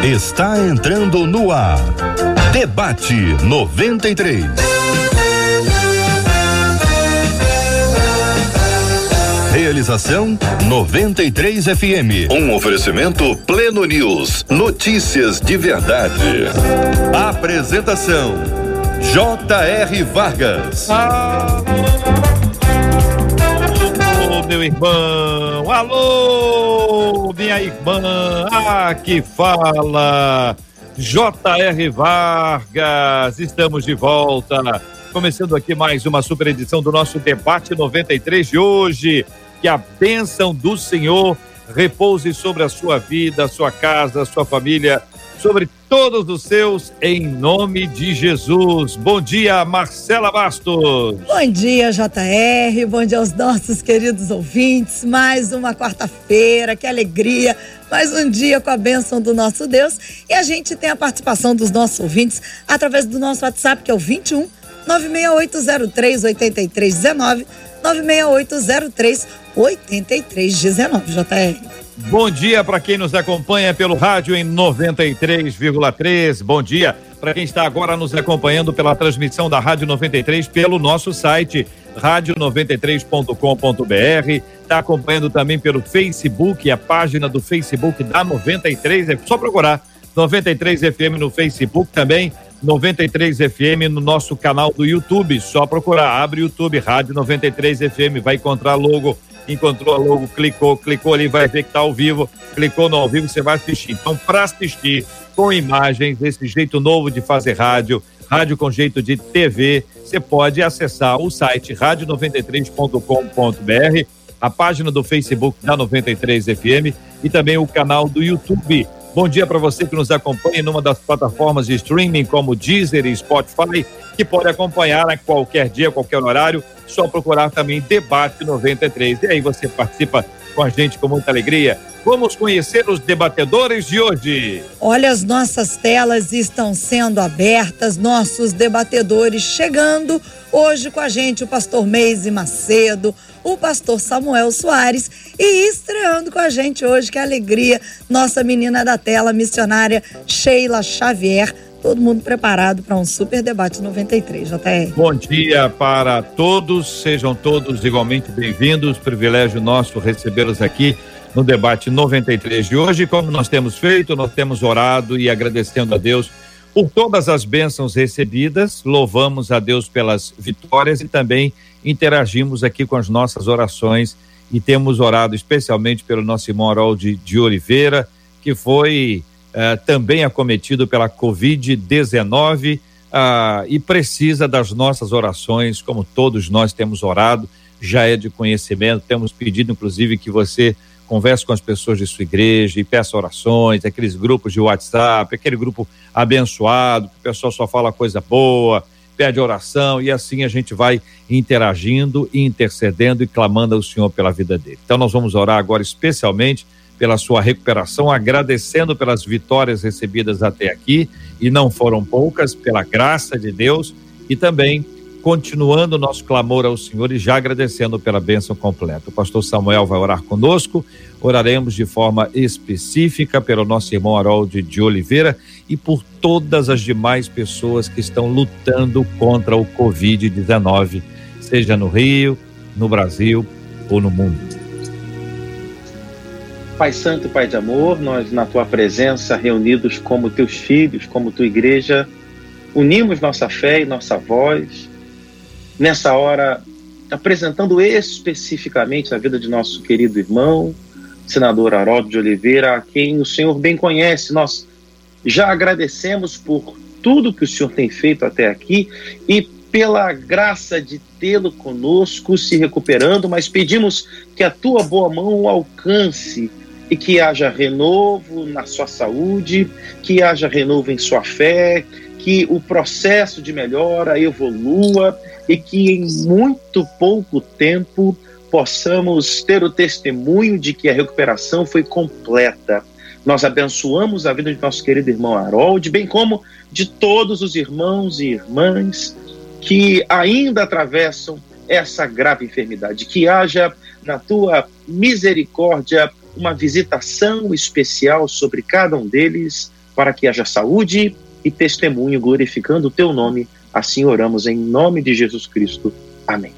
está entrando no ar. Debate 93. Realização 93 FM. Um oferecimento Pleno News. Notícias de verdade. Apresentação J.R. Vargas. Alô, meu irmão. Alô, minha irmã. Que fala J.R. Vargas. Estamos de volta. Começando aqui mais uma super edição do nosso Debate 93 de hoje. Que a bênção do Senhor repouse sobre a sua vida, a sua casa, a sua família, sobre todos os seus, em nome de Jesus. Bom dia, Marcela Bastos. Bom dia, JR, bom dia aos nossos queridos ouvintes. Mais uma quarta-feira, que alegria, mais um dia com a bênção do nosso Deus. E a gente tem a participação dos nossos ouvintes através do nosso WhatsApp, que é o 21 96803-8319, 96803-8319, JR. Bom dia para quem nos acompanha pelo rádio em 93,3. Bom dia para quem está agora nos acompanhando pela transmissão da Rádio 93 pelo nosso site radio93.com.br. Está acompanhando também pelo Facebook, a página do Facebook da 93. É só procurar 93 FM no Facebook, também 93 FM no nosso canal do YouTube. Só procurar, abre o YouTube, Rádio 93 FM, vai encontrar logo. Encontrou a logo, clicou ali, vai ver que está ao vivo. Clicou no ao vivo, você vai assistir. Então, para assistir com imagens, esse jeito novo de fazer rádio com jeito de TV, você pode acessar o site radio93.com.br, a página do Facebook da 93 FM e também o canal do YouTube. Bom dia para você que nos acompanha numa das plataformas de streaming como Deezer e Spotify, que pode acompanhar a qualquer dia, a qualquer horário, só procurar também Debate 93. E aí você participa com a gente com muita alegria. Vamos conhecer os debatedores de hoje. Olha, as nossas telas estão sendo abertas, nossos debatedores chegando hoje com a gente, o pastor Meise Macedo, o pastor Samuel Soares e estreando com a gente hoje, que alegria, nossa menina da tela, missionária Sheila Xavier. Todo mundo preparado para um super debate 93, JR. Bom dia para todos, sejam todos igualmente bem-vindos, privilégio nosso recebê-los aqui no debate 93 de hoje. Como nós temos feito, nós temos orado e agradecendo a Deus por todas as bênçãos recebidas, louvamos a Deus pelas vitórias e também interagimos aqui com as nossas orações e temos orado especialmente pelo nosso irmão Harold de Oliveira, que foi também acometido pela Covid-19 e precisa das nossas orações, como todos nós temos orado, já é de conhecimento, temos pedido inclusive que você converse com as pessoas de sua igreja e peça orações, aqueles grupos de WhatsApp, aquele grupo abençoado, que o pessoal só fala coisa boa, pede oração e assim a gente vai interagindo e intercedendo e clamando ao Senhor pela vida dele. Então nós vamos orar agora especialmente pela sua recuperação, agradecendo pelas vitórias recebidas até aqui, e não foram poucas, pela graça de Deus, e também continuando o nosso clamor ao Senhor e já agradecendo pela bênção completa. O pastor Samuel vai orar conosco, oraremos de forma específica pelo nosso irmão Harold de Oliveira e por todas as demais pessoas que estão lutando contra o Covid-19, seja no Rio, no Brasil ou no mundo. Pai Santo, Pai de amor, nós na Tua presença, reunidos como Teus filhos, como Tua igreja, unimos nossa fé e nossa voz, nessa hora, apresentando especificamente a vida de nosso querido irmão, senador Harold de Oliveira, a quem o Senhor bem conhece. Nós já agradecemos por tudo que o Senhor tem feito até aqui e pela graça de tê-lo conosco, se recuperando, mas pedimos que a Tua boa mão o alcance e que haja renovo na sua saúde, que haja renovo em sua fé, que o processo de melhora evolua e que em muito pouco tempo possamos ter o testemunho de que a recuperação foi completa. Nós abençoamos a vida de nosso querido irmão Harold, bem como de todos os irmãos e irmãs que ainda atravessam essa grave enfermidade. Que haja na Tua misericórdia uma visitação especial sobre cada um deles, para que haja saúde e testemunho glorificando o teu nome. Assim oramos em nome de Jesus Cristo. Amém.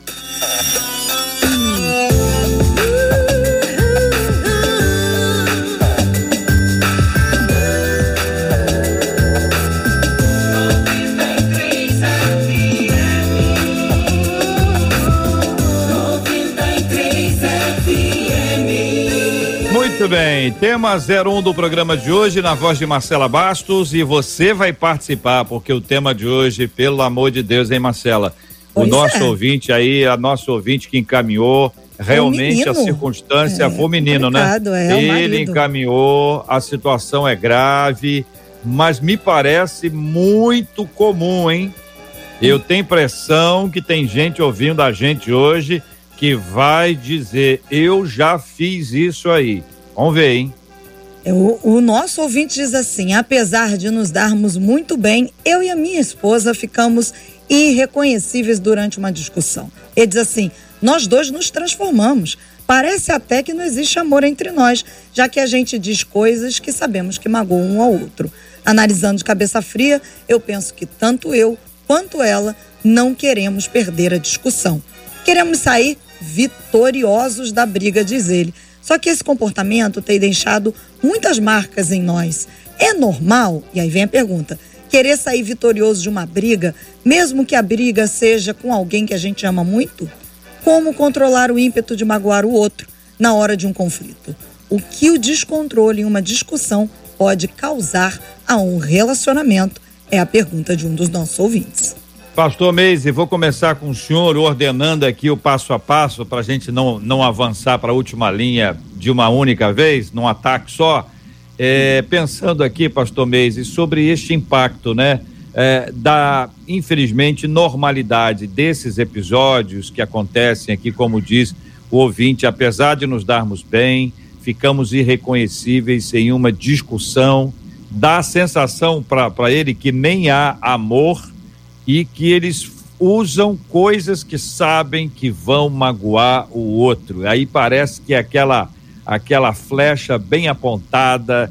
Muito bem, tema 01 do programa de hoje, na voz de Marcela Bastos, e você vai participar, porque o tema de hoje, pelo amor de Deus, hein, Marcela? O nosso ouvinte aí, a nosso ouvinte que encaminhou, realmente a circunstância, foi o menino, né? Ele encaminhou, a situação é grave, mas me parece muito comum, hein? Eu tenho impressão que tem gente ouvindo a gente hoje que vai dizer, eu já fiz isso aí. Vamos ver, hein? O nosso ouvinte diz assim: apesar de nos darmos muito bem, eu e a minha esposa ficamos irreconhecíveis durante uma discussão. Ele diz assim: nós dois nos transformamos. Parece até que não existe amor entre nós, já que a gente diz coisas que sabemos que magoam um ao outro. Analisando de cabeça fria, eu penso que tanto eu quanto ela não queremos perder a discussão. Queremos sair vitoriosos da briga, diz ele. Só que esse comportamento tem deixado muitas marcas em nós. É normal, e aí vem a pergunta, querer sair vitorioso de uma briga, mesmo que a briga seja com alguém que a gente ama muito? Como controlar o ímpeto de magoar o outro na hora de um conflito? O que o descontrole em uma discussão pode causar a um relacionamento? É a pergunta de um dos nossos ouvintes. Pastor Meise, vou começar com o senhor ordenando aqui o passo a passo para a gente não avançar para a última linha de uma única vez, num ataque só. Pensando aqui, pastor Meise, sobre este impacto, né? Da, infelizmente, normalidade desses episódios que acontecem aqui, como diz o ouvinte, apesar de nos darmos bem, ficamos irreconhecíveis em uma discussão, dá a sensação para ele que nem há amor e que eles usam coisas que sabem que vão magoar o outro. Aí parece que aquela flecha bem apontada,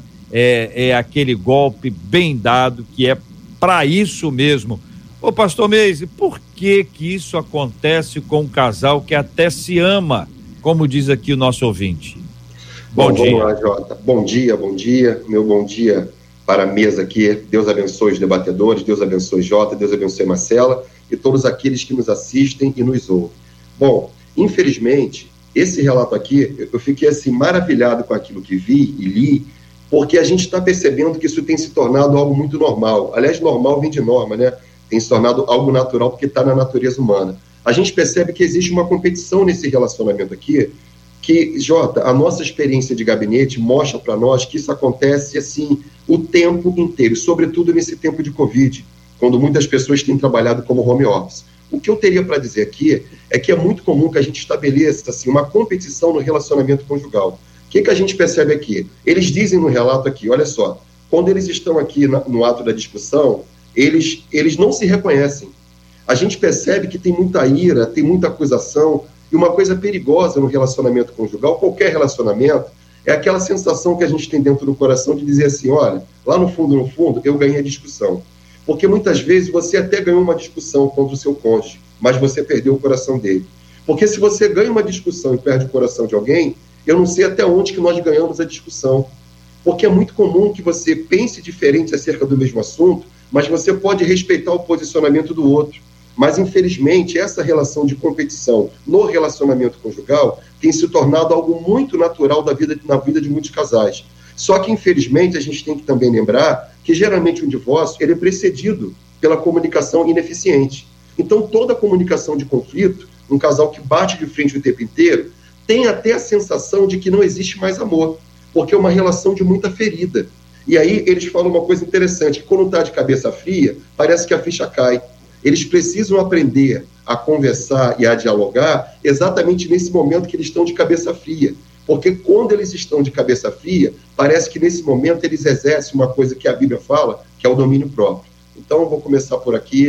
é aquele golpe bem dado, que é para isso mesmo. Ô pastor Meise, por que isso acontece com um casal que até se ama, como diz aqui o nosso ouvinte? Bom dia. Vamos lá, Jota. Bom dia. Meu bom dia para a mesa aqui. Deus abençoe os debatedores, Deus abençoe Jota, Deus abençoe Marcela e todos aqueles que nos assistem e nos ouvem. Bom, infelizmente, esse relato aqui, eu fiquei assim maravilhado com aquilo que vi e li, porque a gente está percebendo que isso tem se tornado algo muito normal. Aliás, normal vem de norma, né? Tem se tornado algo natural porque está na natureza humana. A gente percebe que existe uma competição nesse relacionamento aqui, que, Jota, a nossa experiência de gabinete mostra para nós que isso acontece assim o tempo inteiro, sobretudo nesse tempo de Covid, quando muitas pessoas têm trabalhado como home office. O que eu teria para dizer aqui é que é muito comum que a gente estabeleça assim, uma competição no relacionamento conjugal. O que a gente percebe aqui? Eles dizem no relato aqui, olha só, quando eles estão aqui no ato da discussão, eles não se reconhecem. A gente percebe que tem muita ira, tem muita acusação, e uma coisa perigosa no relacionamento conjugal, qualquer relacionamento, é aquela sensação que a gente tem dentro do coração de dizer assim, olha, lá no fundo, eu ganhei a discussão. Porque muitas vezes você até ganhou uma discussão contra o seu cônjuge, mas você perdeu o coração dele. Porque se você ganha uma discussão e perde o coração de alguém, eu não sei até onde que nós ganhamos a discussão. Porque é muito comum que você pense diferente acerca do mesmo assunto, mas você pode respeitar o posicionamento do outro. Mas, infelizmente, essa relação de competição no relacionamento conjugal tem se tornado algo muito natural na vida de muitos casais. Só que, infelizmente, a gente tem que também lembrar que, geralmente, um divórcio ele é precedido pela comunicação ineficiente. Então, toda comunicação de conflito, um casal que bate de frente o tempo inteiro, tem até a sensação de que não existe mais amor, porque é uma relação de muita ferida. E aí, eles falam uma coisa interessante, que quando está de cabeça fria, parece que a ficha cai. Eles precisam aprender a conversar e a dialogar exatamente nesse momento que eles estão de cabeça fria. Porque quando eles estão de cabeça fria, parece que nesse momento eles exercem uma coisa que a Bíblia fala, que é o domínio próprio. Então, eu vou começar por aqui.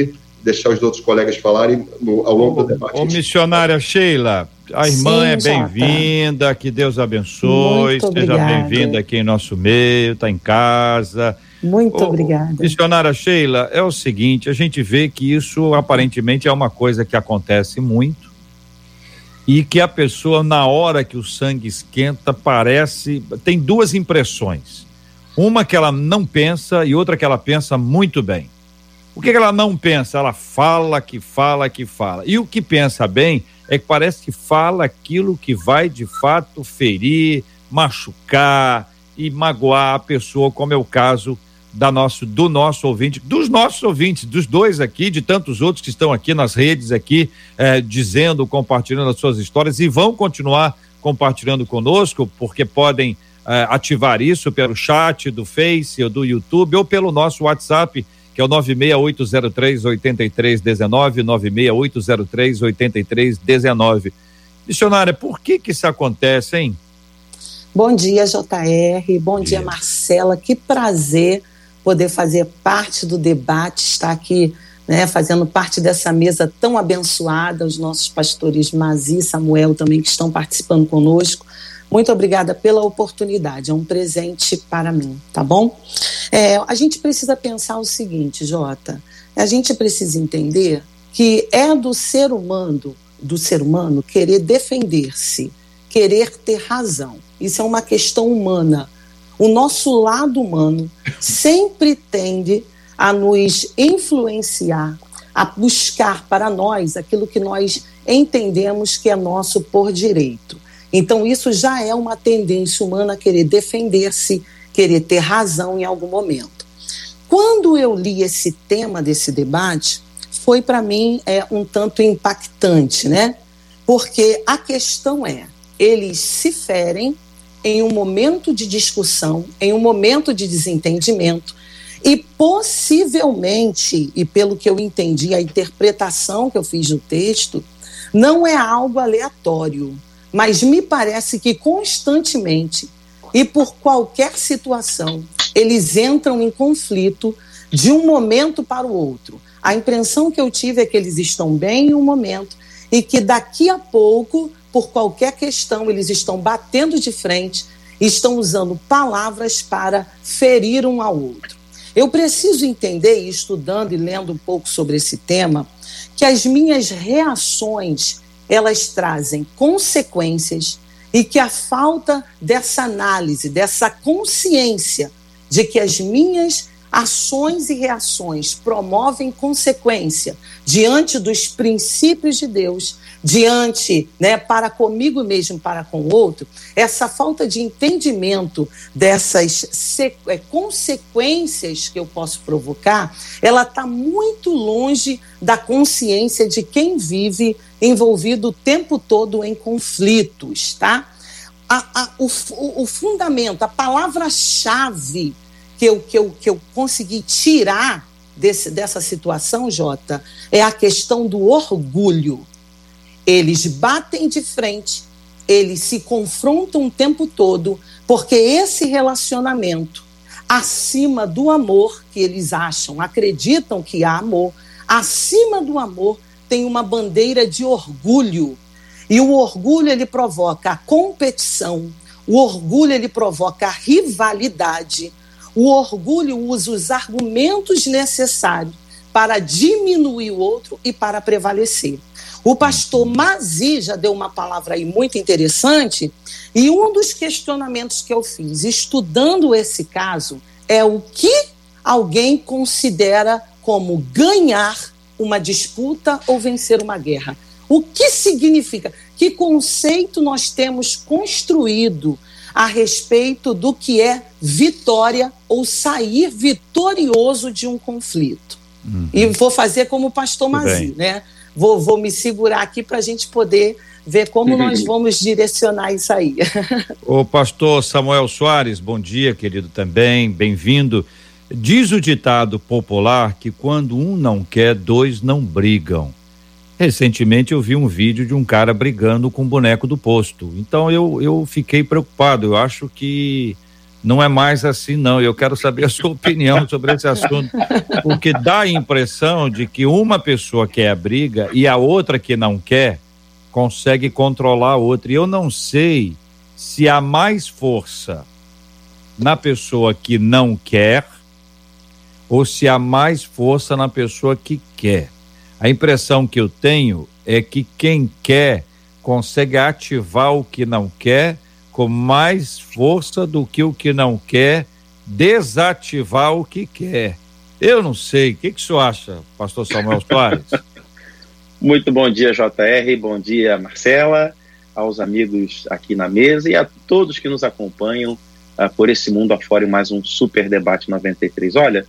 deixar os outros colegas falarem ao longo do debate. Missionária Sheila, a irmã é bem-vinda, que Deus abençoe, seja bem-vinda aqui em nosso meio, está em casa. Muito obrigada. Missionária Sheila, é o seguinte, a gente vê que isso aparentemente é uma coisa que acontece muito e que a pessoa, na hora que o sangue esquenta, tem duas impressões. Uma que ela não pensa e outra que ela pensa muito bem. O que ela não pensa? Ela fala que fala que fala. E o que pensa bem é que parece que fala aquilo que vai de fato ferir, machucar e magoar a pessoa, como é o caso do nosso ouvinte, dos nossos ouvintes, dos dois aqui, de tantos outros que estão aqui nas redes aqui, dizendo, compartilhando as suas histórias e vão continuar compartilhando conosco, porque podem ativar isso pelo chat do Face ou do YouTube ou pelo nosso WhatsApp, que é o 96803-8319, 96803-8319. Missionária, por que isso acontece, hein? Bom dia, JR, bom dia, Marcela, que prazer poder fazer parte do debate, estar aqui, né, fazendo parte dessa mesa tão abençoada, os nossos pastores Mazi e Samuel também que estão participando conosco. Muito obrigada pela oportunidade, é um presente para mim, tá bom? A gente precisa pensar o seguinte, Jota, a gente precisa entender que é do ser humano querer defender-se, querer ter razão. Isso é uma questão humana. O nosso lado humano sempre tende a nos influenciar, a buscar para nós aquilo que nós entendemos que é nosso por direito. Então isso já é uma tendência humana a querer defender-se, querer ter razão em algum momento. Quando eu li esse tema desse debate, foi para mim um tanto impactante, né? Porque a questão eles se ferem em um momento de discussão, em um momento de desentendimento, e possivelmente, e pelo que eu entendi, a interpretação que eu fiz do texto, não é algo aleatório, mas me parece que constantemente, e por qualquer situação, eles entram em conflito de um momento para o outro. A impressão que eu tive é que eles estão bem em um momento e que daqui a pouco, por qualquer questão, eles estão batendo de frente e estão usando palavras para ferir um ao outro. Eu preciso entender, estudando e lendo um pouco sobre esse tema, que as minhas reações, elas trazem consequências e que a falta dessa análise, dessa consciência de que as minhas ações e reações promovem consequência diante dos princípios de Deus, diante, né, para comigo mesmo, para com o outro, essa falta de entendimento dessas consequências que eu posso provocar, ela está muito longe da consciência de quem vive envolvido o tempo todo em conflitos, tá? O fundamento, a palavra-chave que eu consegui tirar dessa situação, Jota, é a questão do orgulho. Eles batem de frente, eles se confrontam o tempo todo, porque esse relacionamento, acima do amor que eles acreditam que há amor, acima do amor tem uma bandeira de orgulho. E o orgulho, ele provoca a competição, o orgulho, ele provoca a rivalidade, o orgulho usa os argumentos necessários para diminuir o outro e para prevalecer. O pastor Mazi já deu uma palavra aí muito interessante, e um dos questionamentos que eu fiz estudando esse caso é o que alguém considera como ganhar uma disputa ou vencer uma guerra. O que significa? Que conceito nós temos construído a respeito do que é vitória ou sair vitorioso de um conflito? E vou fazer como o pastor Mazi, né? Vou me segurar aqui para a gente poder ver como nós vamos direcionar isso aí. O pastor Samuel Soares, bom dia, querido, também, bem-vindo. Diz o ditado popular que quando um não quer, dois não brigam. Recentemente eu vi um vídeo de um cara brigando com o boneco do posto. Então eu fiquei preocupado. Eu acho que Não é mais assim, não. Eu quero saber a sua opinião sobre esse assunto, porque dá a impressão de que uma pessoa quer a briga e a outra que não quer consegue controlar a outra. E eu não sei se há mais força na pessoa que não quer ou se há mais força na pessoa que quer. A impressão que eu tenho é que quem quer consegue ativar o que não quer com mais força do que o que não quer desativar o que quer. Eu não sei. O que o senhor acha, pastor Samuel Soares? Muito bom dia, JR. Bom dia, Marcela, aos amigos aqui na mesa e a todos que nos acompanham por esse mundo afora em mais um Super Debate 93. Olha,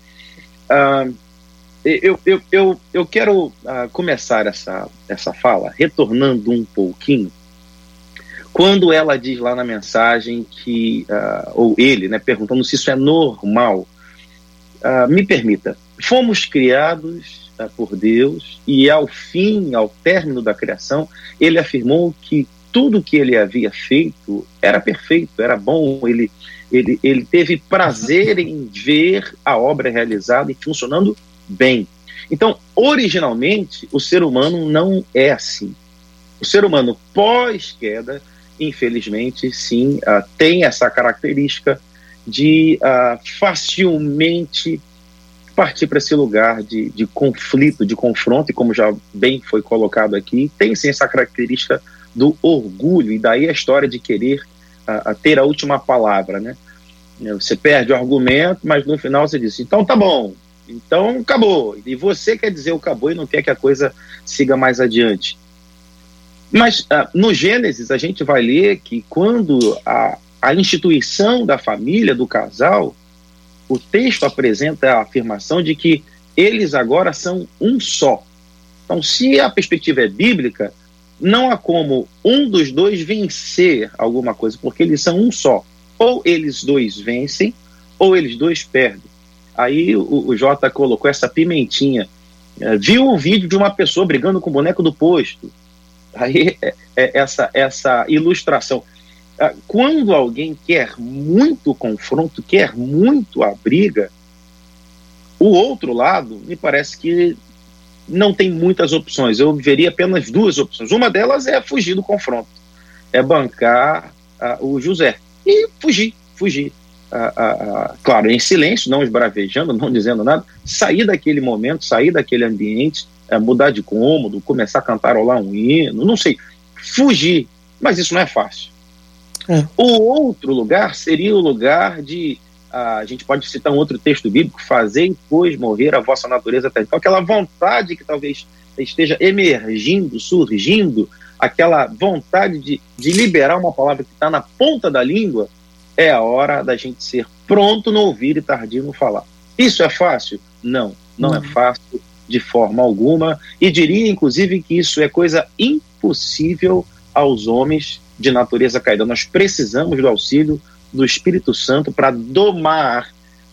eu quero começar essa fala retornando um pouquinho quando ela diz lá na mensagem que, ou ele, né, perguntando se isso é normal. Me permita, fomos criados por Deus e ao término da criação, ele afirmou que tudo que ele havia feito era perfeito, era bom, ele teve prazer em ver a obra realizada e funcionando bem. Então, originalmente, o ser humano não é assim. O ser humano pós-queda, infelizmente, sim, tem essa característica de facilmente partir para esse lugar de conflito, de confronto, e como já bem foi colocado aqui, tem sim essa característica do orgulho, e daí a história de querer ter a última palavra, né? Você perde o argumento, mas no final você diz, então tá bom, então acabou, e você quer dizer o acabou e não quer que a coisa siga mais adiante. Mas no Gênesis a gente vai ler que quando a instituição da família, do casal, o texto apresenta a afirmação de que eles agora são um só. Então, se a perspectiva é bíblica, não há como um dos dois vencer alguma coisa, porque eles são um só. Ou eles dois vencem, ou eles dois perdem. Aí o Jota colocou essa pimentinha. Viu o vídeo de uma pessoa brigando com o boneco do posto. Aí essa ilustração. Quando alguém quer muito confronto, quer muito a briga, o outro lado, me parece que não tem muitas opções. Eu veria apenas duas opções. Uma delas é fugir do confronto, é bancar o José e fugir. Claro, em silêncio, não esbravejando, não dizendo nada, sair daquele momento, sair daquele ambiente, mudar de cômodo, começar a cantarolar um hino, não sei, fugir, mas isso não é fácil. O outro lugar seria o lugar de, a gente pode citar um outro texto bíblico, fazer pois morrer a vossa natureza terrenal, aquela vontade que talvez esteja emergindo, surgindo, aquela vontade de liberar uma palavra que está na ponta da língua, é a hora da gente ser pronto no ouvir e tardio no falar. Isso é fácil? Não é fácil de forma alguma, e diria inclusive que isso é coisa impossível aos homens de natureza caída. Nós precisamos do auxílio do Espírito Santo para domar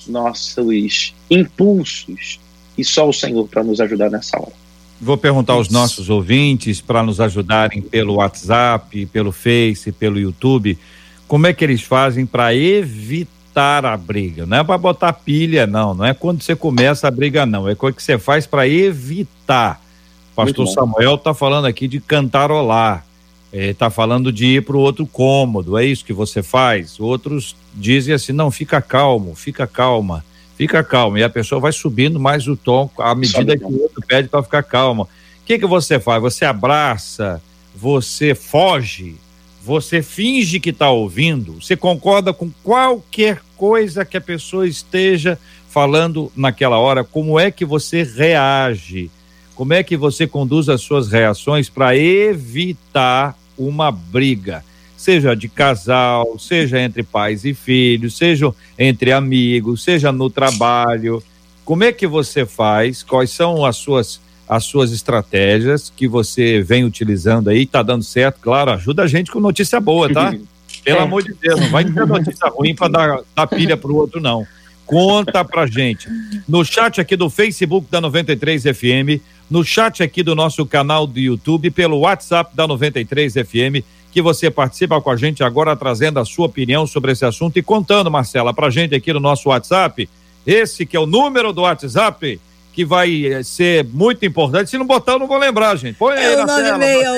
nossos impulsos, e só o Senhor para nos ajudar nessa hora. Vou perguntar aos nossos ouvintes para nos ajudarem pelo WhatsApp, pelo Face, pelo YouTube, como é que eles fazem para evitar a briga? Não é para botar pilha, não é quando você começa a briga, não, é coisa que você faz para evitar. Pastor Samuel está falando aqui de cantarolar, está falando de ir para o outro cômodo, é isso que você faz? Outros dizem assim, não, fica calmo, fica calma, e a pessoa vai subindo mais o tom à medida que o outro pede para ficar calma. O que você faz? Você abraça, você foge, você finge que está ouvindo, você concorda com qualquer coisa que a pessoa esteja falando naquela hora? Como é que você reage? Como é que você conduz as suas reações para evitar uma briga, seja de casal, seja entre pais e filhos, seja entre amigos, seja no trabalho? Como é que você faz? Quais são as suas estratégias que você vem utilizando aí? Tá dando certo? Claro, ajuda a gente com notícia boa, tá? Pelo amor de Deus, não vai ter notícia ruim para dar pilha pro outro, não. Conta pra gente. No chat aqui do Facebook da 93 FM, no chat aqui do nosso canal do YouTube, pelo WhatsApp da 93 FM, que você participa com a gente agora, trazendo a sua opinião sobre esse assunto e contando, Marcela, pra gente aqui no nosso WhatsApp, esse que é o número do WhatsApp, que vai ser muito importante. Se não botar, eu não vou lembrar, gente. Põe aí na tela.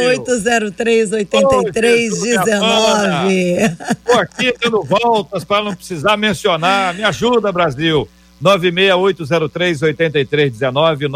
968038319. Tô aqui dando voltas para não precisar mencionar. Me ajuda, Brasil. 968038319,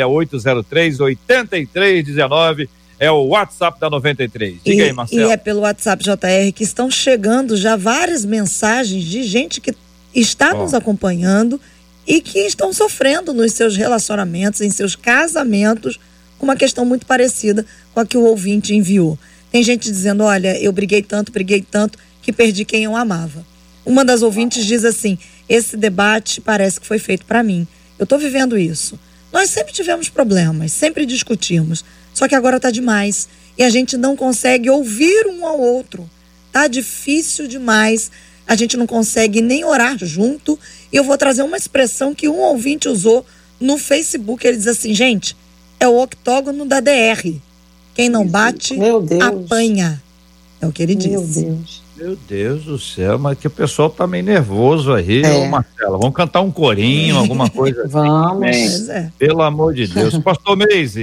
968038319 é o WhatsApp da 93. Diga aí, Marcelo. E é pelo WhatsApp, JR, que estão chegando já várias mensagens de gente que está nos acompanhando e que estão sofrendo nos seus relacionamentos, em seus casamentos, com uma questão muito parecida com a que o ouvinte enviou. Tem gente dizendo, olha, eu briguei tanto, que perdi quem eu amava. Uma das ouvintes diz assim, esse debate parece que foi feito para mim. Eu estou vivendo isso. Nós sempre tivemos problemas, sempre discutimos, só que agora está demais e a gente não consegue ouvir um ao outro. Tá difícil demais, a gente não consegue nem orar junto. E eu vou trazer uma expressão que um ouvinte usou no Facebook, ele diz assim, gente, é o octógono da DR. Quem não bate, apanha. É o que ele diz. Meu Deus do céu, mas que o pessoal tá meio nervoso aí, Marcela. Vamos cantar um corinho, alguma coisa assim. Vamos. Pelo amor de Deus. Pastor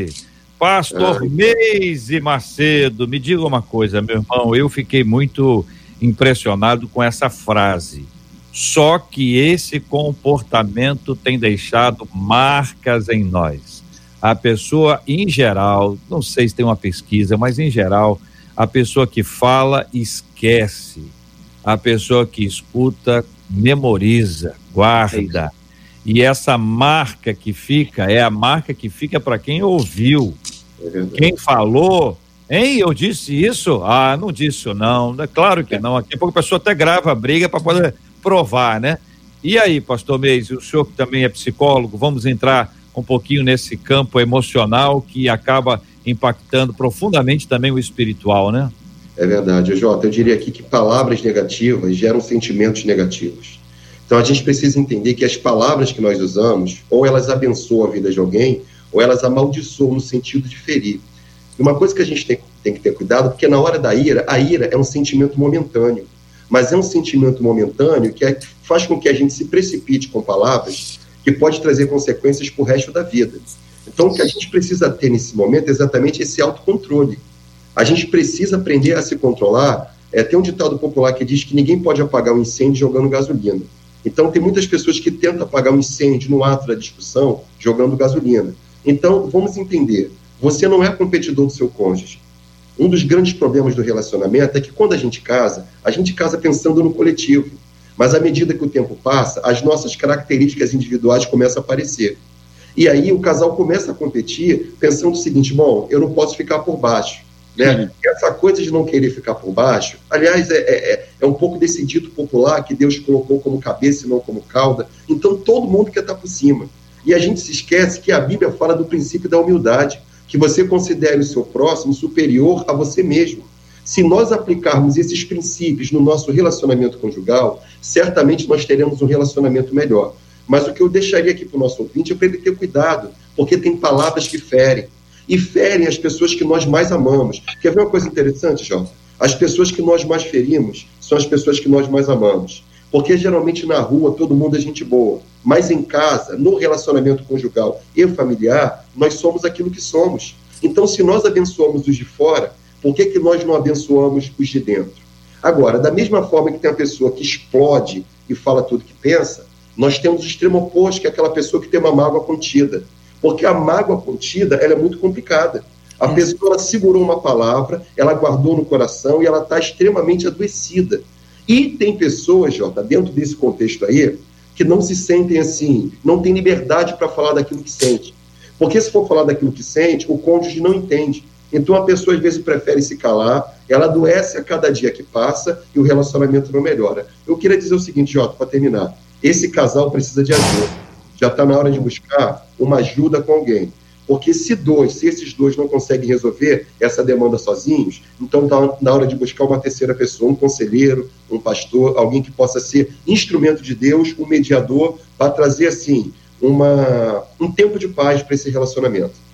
Meise Macedo, me diga uma coisa, meu irmão, eu fiquei muito impressionado com essa frase. Só que esse comportamento tem deixado marcas em nós. A pessoa, em geral, não sei se tem uma pesquisa, mas em geral, a pessoa que fala, esquece. A pessoa que escuta, memoriza, guarda. E essa marca que fica, é a marca que fica para quem ouviu. Quem falou, hein, eu disse isso? Ah, não disse não. Claro que não. Aqui a pouco a pessoa até grava a briga para poder provar, né? E aí, pastor Meise, o senhor que também é psicólogo, vamos entrar um pouquinho nesse campo emocional que acaba impactando profundamente também o espiritual, né? É verdade, Jota, eu diria aqui que palavras negativas geram sentimentos negativos. Então a gente precisa entender que as palavras que nós usamos, ou elas abençoam a vida de alguém, ou elas amaldiçoam no sentido de ferir. E uma coisa que a gente tem que ter cuidado, porque na hora da ira, a ira é um sentimento momentâneo, mas é um sentimento momentâneo que faz com que a gente se precipite com palavras que pode trazer consequências para o resto da vida. Então, o que a gente precisa ter nesse momento é exatamente esse autocontrole. A gente precisa aprender a se controlar. Tem um ditado popular que diz que ninguém pode apagar um incêndio jogando gasolina. Então, tem muitas pessoas que tentam apagar um incêndio no ato da discussão jogando gasolina. Então, vamos entender, você não é competidor do seu cônjuge. Um dos grandes problemas do relacionamento é que quando a gente casa pensando no coletivo. Mas à medida que o tempo passa, as nossas características individuais começam a aparecer. E aí o casal começa a competir pensando o seguinte, bom, eu não posso ficar por baixo. Né? Essa coisa de não querer ficar por baixo, aliás, é um pouco desse dito popular que Deus colocou como cabeça e não como cauda. Então todo mundo quer estar por cima. E a gente se esquece que a Bíblia fala do princípio da humildade, que você considere o seu próximo superior a você mesmo. Se nós aplicarmos esses princípios no nosso relacionamento conjugal, certamente nós teremos um relacionamento melhor. Mas o que eu deixaria aqui para o nosso ouvinte é para ele ter cuidado, porque tem palavras que ferem. E ferem as pessoas que nós mais amamos. Quer ver uma coisa interessante, Jota? As pessoas que nós mais ferimos são as pessoas que nós mais amamos. Porque geralmente na rua todo mundo é gente boa. Mas em casa, no relacionamento conjugal e familiar, nós somos aquilo que somos. Então, se nós abençoamos os de fora, por que nós não abençoamos os de dentro? Agora, da mesma forma que tem a pessoa que explode e fala tudo que pensa, nós temos o extremo oposto, que é aquela pessoa que tem uma mágoa contida. Porque a mágoa contida, ela é muito complicada. A pessoa ela segurou uma palavra, ela guardou no coração e ela está extremamente adoecida. E tem pessoas, Jota, dentro desse contexto aí, que não se sentem assim, não tem liberdade para falar daquilo que sente. Porque se for falar daquilo que sente, o cônjuge não entende. Então a pessoa às vezes prefere se calar, ela adoece a cada dia que passa e o relacionamento não melhora. Eu queria dizer o seguinte, Jota, para terminar. Esse casal precisa de ajuda. Já está na hora de buscar uma ajuda com alguém. Porque se esses dois não conseguem resolver essa demanda sozinhos, então está na hora de buscar uma terceira pessoa, um conselheiro, um pastor, alguém que possa ser instrumento de Deus, um mediador, para trazer assim um tempo de paz para esse relacionamento.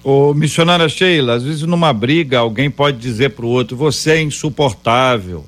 Ô, missionária Sheila, às vezes numa briga alguém pode dizer pro outro: você é insuportável,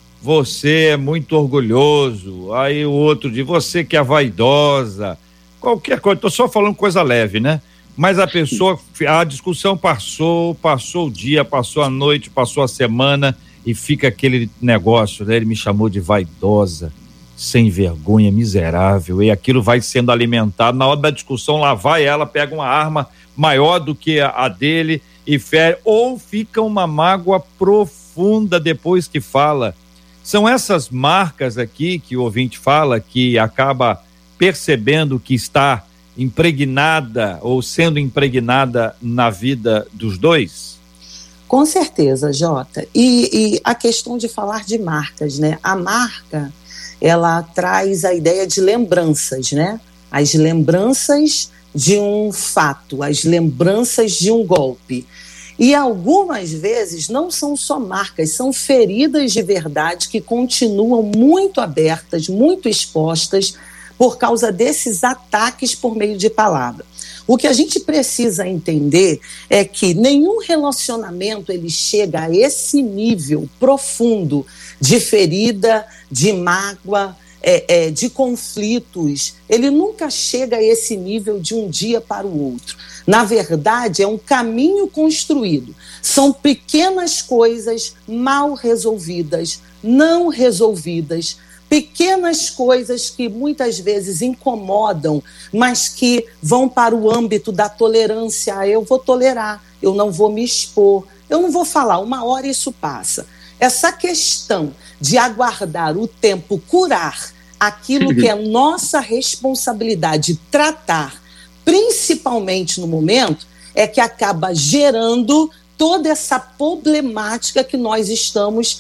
você é muito orgulhoso. Aí o outro diz: você que é vaidosa, qualquer coisa. Tô só falando coisa leve, né? Mas a discussão passou o dia, passou a noite, passou a semana e fica aquele negócio, né? Ele me chamou de vaidosa, sem vergonha, miserável, e aquilo vai sendo alimentado. Na hora da discussão, lá vai ela, pega uma arma maior do que a dele e fere, ou fica uma mágoa profunda depois que fala. São essas marcas aqui que o ouvinte fala, que acaba percebendo que está impregnada ou sendo impregnada na vida dos dois? Com certeza, Jota. E a questão de falar de marcas, né? A marca, ela traz a ideia de lembranças, né? As lembranças de um fato, as lembranças de um golpe. E algumas vezes não são só marcas, são feridas de verdade que continuam muito abertas, muito expostas por causa desses ataques por meio de palavra. O que a gente precisa entender é que nenhum relacionamento ele chega a esse nível profundo de ferida, de mágoa, de conflitos. Ele nunca chega a esse nível de um dia para o outro. Na verdade, é um caminho construído. São pequenas coisas mal resolvidas, não resolvidas, pequenas coisas que muitas vezes incomodam, mas que vão para o âmbito da tolerância. Eu vou tolerar, eu não vou me expor, eu não vou falar, uma hora isso passa. Essa questão de aguardar o tempo curar aquilo que é nossa responsabilidade tratar, principalmente no momento, é que acaba gerando toda essa problemática que nós estamos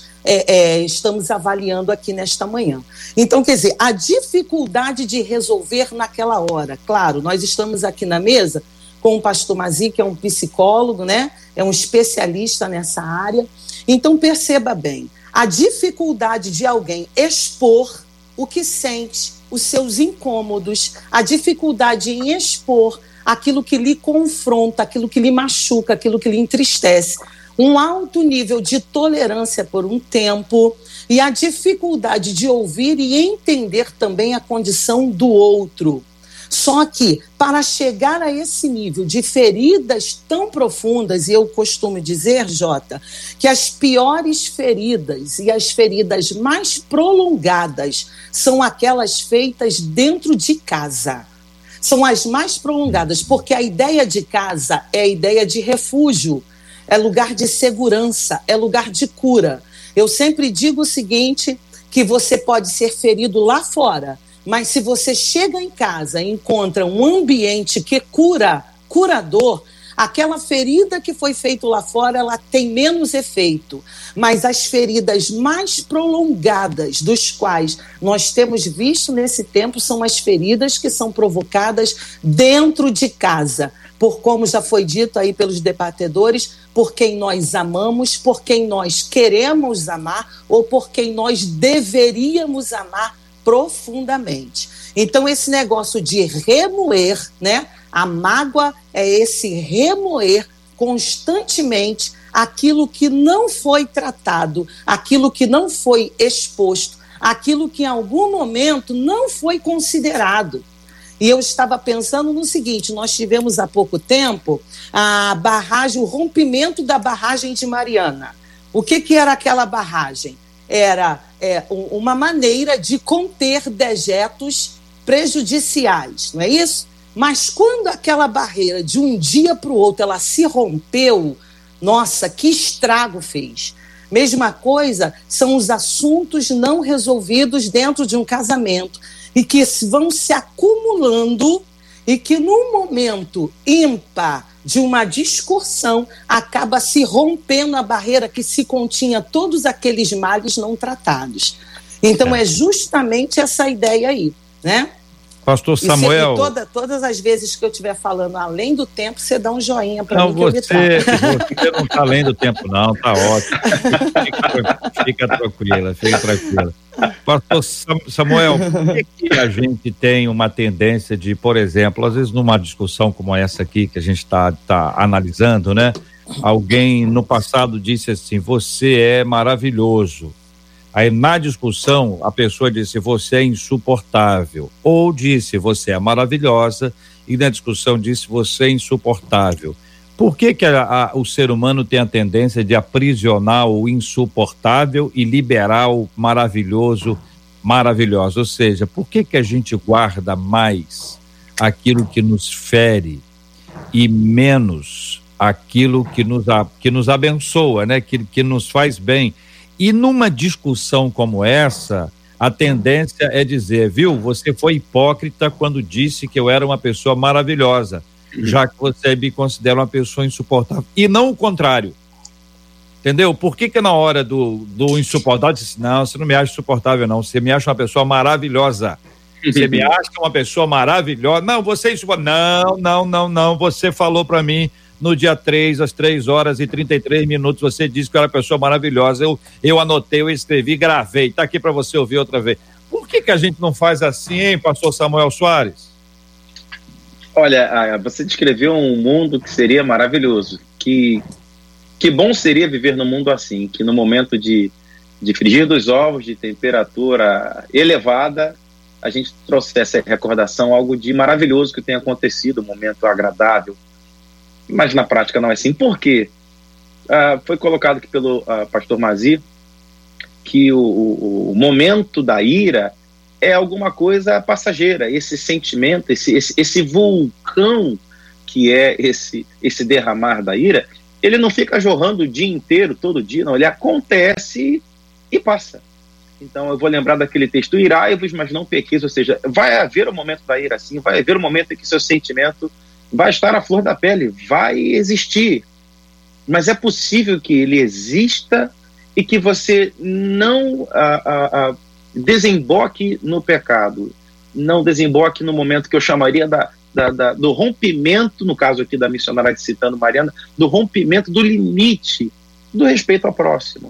avaliando aqui nesta manhã. Então, quer dizer, a dificuldade de resolver naquela hora. Claro, nós estamos aqui na mesa com o pastor Mazi, que é um psicólogo, né? É um especialista nessa área. Então, perceba bem, a dificuldade de alguém expor o que sente, os seus incômodos, a dificuldade em expor aquilo que lhe confronta, aquilo que lhe machuca, aquilo que lhe entristece, um alto nível de tolerância por um tempo e a dificuldade de ouvir e entender também a condição do outro. Só que, para chegar a esse nível de feridas tão profundas, e eu costumo dizer, Jota, que as piores feridas e as feridas mais prolongadas são aquelas feitas dentro de casa. São as mais prolongadas, porque a ideia de casa é a ideia de refúgio, é lugar de segurança, é lugar de cura. Eu sempre digo o seguinte, que você pode ser ferido lá fora, mas se você chega em casa e encontra um ambiente que curador, aquela ferida que foi feita lá fora, ela tem menos efeito. Mas as feridas mais prolongadas, dos quais nós temos visto nesse tempo, são as feridas que são provocadas dentro de casa. Por como já foi dito aí pelos debatedores, por quem nós amamos, por quem nós queremos amar ou por quem nós deveríamos amar profundamente. Então, esse negócio de remoer, né? A mágoa é esse remoer constantemente aquilo que não foi tratado, aquilo que não foi exposto, aquilo que em algum momento não foi considerado. E eu estava pensando no seguinte, nós tivemos há pouco tempo o rompimento da barragem de Mariana. O que era aquela barragem? Era uma maneira de conter dejetos prejudiciais, não é isso? Mas quando aquela barreira de um dia para o outro ela se rompeu, nossa, que estrago fez. Mesma coisa são os assuntos não resolvidos dentro de um casamento e que vão se acumulando e que num momento ímpar de uma discussão acaba se rompendo a barreira que se continha todos aqueles males não tratados. Então é justamente essa ideia aí, né? Pastor Samuel... Todas as vezes que eu estiver falando além do tempo, você dá um joinha para mim que eu me trato. Você não está além do tempo não, está ótimo. Fica tranquila. Pastor Samuel, por que a gente tem uma tendência de, por exemplo, às vezes numa discussão como essa aqui que a gente está analisando, né? Alguém no passado disse assim, você é maravilhoso. Aí na discussão a pessoa disse, você é insuportável. Ou disse, você é maravilhosa, e na discussão disse, você é insuportável. Por que o ser humano tem a tendência de aprisionar o insuportável e liberar o maravilhoso? Ou seja, por que a gente guarda mais aquilo que nos fere e menos aquilo que nos abençoa, né? Que nos faz bem? E numa discussão como essa, a tendência é dizer, viu, você foi hipócrita quando disse que eu era uma pessoa maravilhosa, já que você me considera uma pessoa insuportável. E não o contrário. Entendeu? Por que na hora do insuportável, disse, não, você não me acha insuportável, não. Você me acha uma pessoa maravilhosa. Você me acha uma pessoa maravilhosa. Não, você é insuportável. Não. Você falou para mim no dia 3, às 3h33, você disse que eu era uma pessoa maravilhosa. Eu anotei, eu escrevi, gravei. Tá aqui para você ouvir outra vez. Por que a gente não faz assim, hein, pastor Samuel Soares? Olha, você descreveu um mundo que seria maravilhoso. Que bom seria viver num mundo assim, que no momento de frigir dos ovos, de temperatura elevada, a gente trouxesse a recordação, algo de maravilhoso que tem acontecido, um momento agradável. Mas na prática não é assim. Por quê? Foi colocado aqui pelo pastor Mazir que o momento da ira é alguma coisa passageira, esse sentimento, esse vulcão que é esse derramar da ira, ele não fica jorrando o dia inteiro, todo dia, não, ele acontece e passa. Então eu vou lembrar daquele texto, irai-vos, mas não pequeis, ou seja, vai haver o momento da ira assim, vai haver o momento em que seu sentimento vai estar à flor da pele, vai existir, mas é possível que ele exista e que você não desemboque no pecado, não desemboque no momento que eu chamaria do rompimento, no caso aqui da missionária citando Mariana, do rompimento do limite do respeito ao próximo,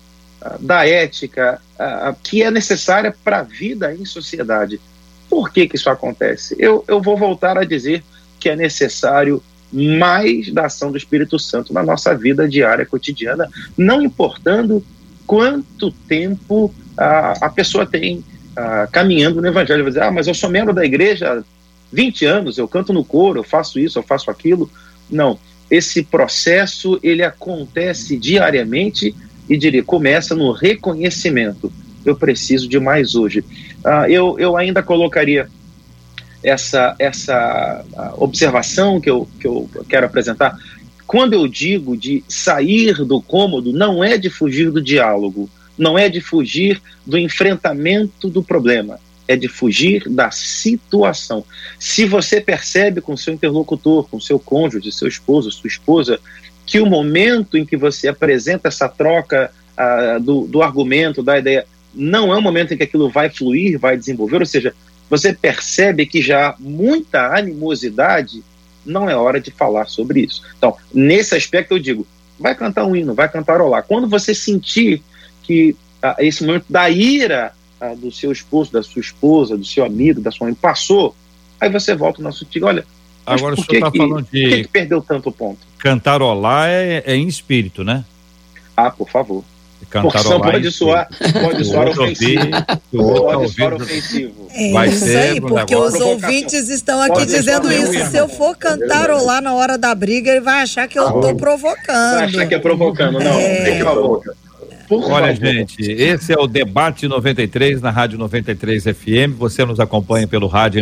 da ética que é necessária para a vida em sociedade. Por que isso acontece? Eu vou voltar a dizer que é necessário mais da ação do Espírito Santo na nossa vida diária, cotidiana, não importando quanto tempo a pessoa tem caminhando no Evangelho. Vai dizer, mas eu sou membro da igreja há 20 anos, eu canto no coro, eu faço isso, eu faço aquilo. Não, esse processo ele acontece diariamente e diria, começa no reconhecimento. Eu preciso de mais hoje. Eu ainda colocaria essa observação que eu quero apresentar. Quando eu digo de sair do cômodo, não é de fugir do diálogo, não é de fugir do enfrentamento do problema, é de fugir da situação. Se você percebe com seu interlocutor, com seu cônjuge, seu esposo, sua esposa, que o momento em que você apresenta essa troca do argumento, da ideia, não é um momento em que aquilo vai fluir, vai desenvolver, ou seja, você percebe que já há muita animosidade, não é hora de falar sobre isso. Então, nesse aspecto eu digo, vai cantar um hino, vai cantarolar. Quando você sentir que esse momento da ira do seu esposo, da sua esposa, do seu amigo, da sua mãe passou, aí você volta no assunto e diga, olha, agora o senhor está falando de... Por que perdeu tanto ponto? Cantarolar é em espírito, né? Por favor. Porque senão pode soar ofensivo. Pode soar ofensivo. É isso aí, porque os ouvintes estão aqui dizendo isso. Se eu for cantarolar na hora da briga, ele vai achar que eu estou provocando. Vai achar que é provocando, não. Tem que provocar. Olha, gente, esse é o Debate 93 na Rádio 93 FM. Você nos acompanha pelo rádio em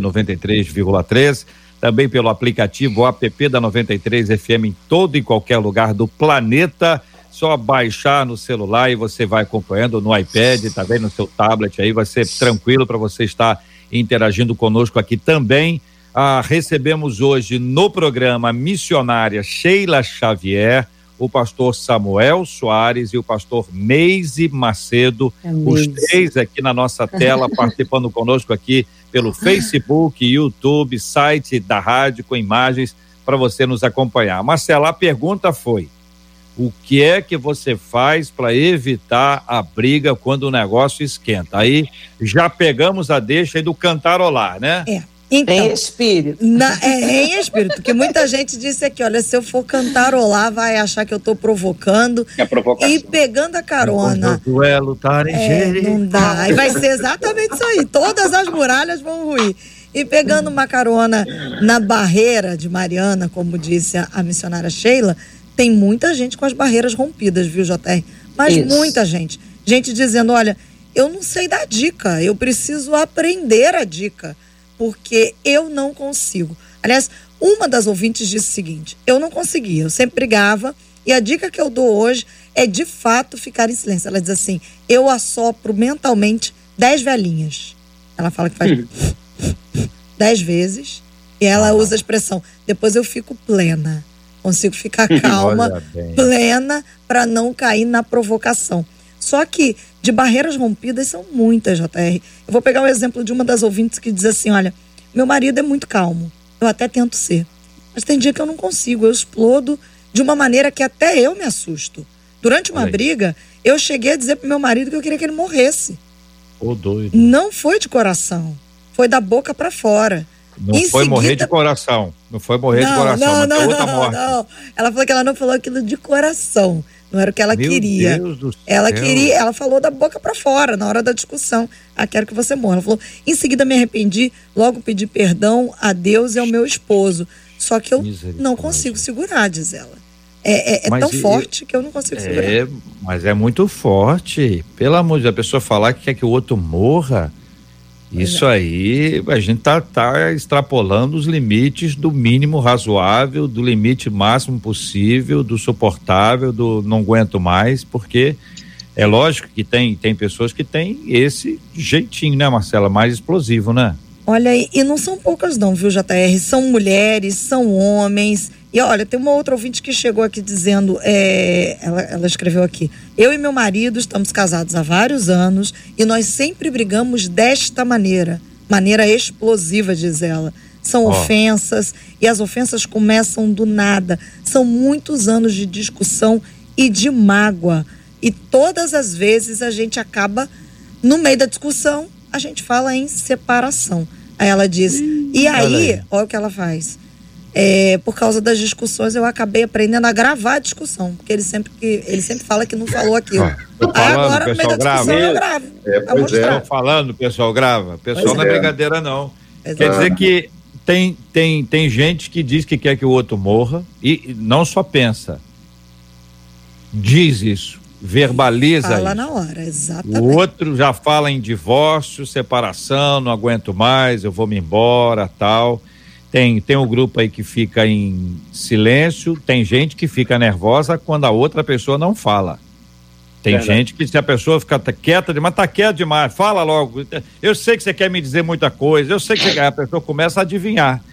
93,3, também pelo aplicativo app da 93 FM em todo e qualquer lugar do planeta. Só baixar no celular e você vai acompanhando no iPad, também no seu tablet, aí vai ser tranquilo para você estar interagindo conosco aqui também. Recebemos hoje no programa a missionária Sheila Xavier, o pastor Samuel Soares e o pastor Meise Macedo, os três aqui na nossa tela, participando conosco aqui pelo Facebook, YouTube, site da rádio com imagens para você nos acompanhar. Marcela, a pergunta foi: O que é que você faz para evitar a briga quando o negócio esquenta? Aí já pegamos a deixa aí do cantarolar, né? Então, em espírito. Em espírito, porque muita gente disse aqui, olha, se eu for cantarolar, vai achar que eu tô provocando. É provocação. E pegando a carona. Duelo, não dá. E vai ser exatamente isso aí. Todas as muralhas vão ruir. E pegando uma carona na barreira de Mariana, como disse a missionária Sheila, tem muita gente com as barreiras rompidas, viu, JR? Mas isso. Muita gente. Gente dizendo, olha, eu não sei dar dica, eu preciso aprender a dica, porque eu não consigo. Aliás, uma das ouvintes disse o seguinte, eu não conseguia, eu sempre brigava, e a dica que eu dou hoje é, de fato, ficar em silêncio. Ela diz assim, eu assopro mentalmente 10 velhinhas. Ela fala que faz 10 vezes, e ela usa a expressão, depois eu fico plena. Consigo ficar calma, plena, para não cair na provocação. Só que de barreiras rompidas são muitas, JR. Eu vou pegar o exemplo de uma das ouvintes que diz assim, olha, meu marido é muito calmo, eu até tento ser, mas tem dia que eu não consigo, eu explodo de uma maneira que até eu me assusto. Durante uma briga, eu cheguei a dizer pro meu marido que eu queria que ele morresse. Doido. Não foi de coração, foi da boca para fora. Não em foi seguida... morrer de coração. Não foi morrer de coração. Não. Ela falou que ela não falou aquilo de coração. Não era o que ela queria. Deus do ela céu. queria, ela falou da boca para fora na hora da discussão. Quero que você morra. Ela falou, em seguida me arrependi, logo pedi perdão a Deus e ao meu esposo. Só que eu não consigo segurar, diz ela. É tão forte que eu não consigo segurar. Mas é muito forte. Pelo amor de Deus, a pessoa falar que quer que o outro morra. Isso aí, a gente tá extrapolando os limites do mínimo razoável, do limite máximo possível, do suportável, do não aguento mais, porque é lógico que tem pessoas que têm esse jeitinho, né, Marcela, mais explosivo, né? Olha, e não são poucas não, viu, JR? São mulheres, são homens. E olha, tem uma outra ouvinte que chegou aqui dizendo, ela escreveu aqui, eu e meu marido estamos casados há vários anos e nós sempre brigamos desta maneira explosiva, diz ela. São ofensas, e as ofensas começam do nada. São muitos anos de discussão e de mágoa. E todas as vezes a gente acaba, no meio da discussão, a gente fala em separação. Aí ela diz, e aí, olha o que ela faz. Por causa das discussões, eu acabei aprendendo a gravar a discussão, porque ele sempre fala que não falou aquilo. Agora, no meio da discussão, eu gravo. Estou falando, o pessoal grava. O pessoal não é brincadeira, não. Quer dizer que tem gente que diz que quer que o outro morra e não só pensa, diz isso, verbaliza isso. Fala na hora, exatamente. O outro já fala em divórcio, separação, não aguento mais, eu vou me embora, tal. Tem um grupo aí que fica em silêncio, tem gente que fica nervosa quando a outra pessoa não fala. Tem gente que, se a pessoa fica quieta demais, tá quieta demais, fala logo. Eu sei que você quer me dizer muita coisa, eu sei que a pessoa começa a adivinhar.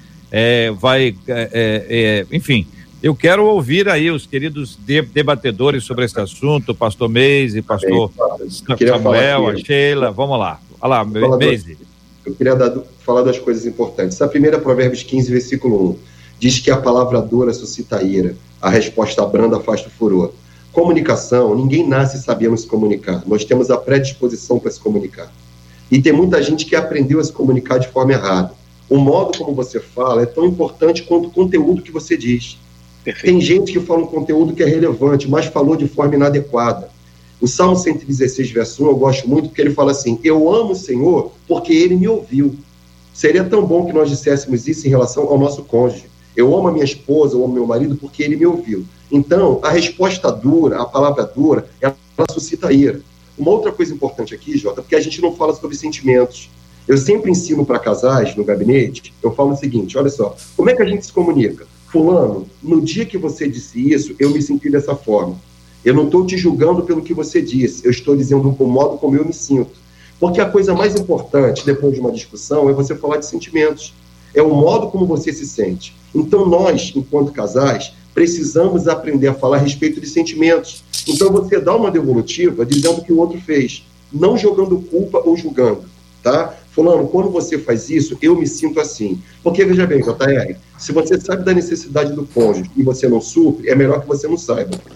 Enfim, eu quero ouvir aí os queridos debatedores sobre esse assunto, o pastor Meise, pastor Samuel, a Sheila, vamos lá. Olha lá, Meise. Eu queria falar das coisas importantes. A primeira, Provérbios 15, versículo 1, diz que a palavra dura suscita a ira, a resposta branda afasta o furor. Comunicação, ninguém nasce sabendo se comunicar. Nós temos a predisposição para se comunicar. E tem muita gente que aprendeu a se comunicar de forma errada. O modo como você fala é tão importante quanto o conteúdo que você diz. Perfeito. Tem gente que fala um conteúdo que é relevante, mas falou de forma inadequada. O Salmo 116, verso 1, eu gosto muito, porque ele fala assim, eu amo o Senhor porque ele me ouviu. Seria tão bom que nós disséssemos isso em relação ao nosso cônjuge. Eu amo a minha esposa, eu amo meu marido porque ele me ouviu. Então, a resposta dura, a palavra dura, ela suscita ira. Uma outra coisa importante aqui, Jota, porque a gente não fala sobre sentimentos. Eu sempre ensino para casais, no gabinete, eu falo o seguinte, olha só, como é que a gente se comunica? Fulano, no dia que você disse isso, eu me senti dessa forma. Eu não estou te julgando pelo que você disse, eu estou dizendo o modo como eu me sinto. Porque a coisa mais importante, depois de uma discussão, é você falar de sentimentos. É o modo como você se sente. Então nós, enquanto casais, precisamos aprender a falar a respeito de sentimentos. Então você dá uma devolutiva dizendo o que o outro fez, não jogando culpa ou julgando, tá? Fulano, quando você faz isso, eu me sinto assim. Porque, veja bem, JR, se você sabe da necessidade do cônjuge e você não supre, é melhor que você não saiba.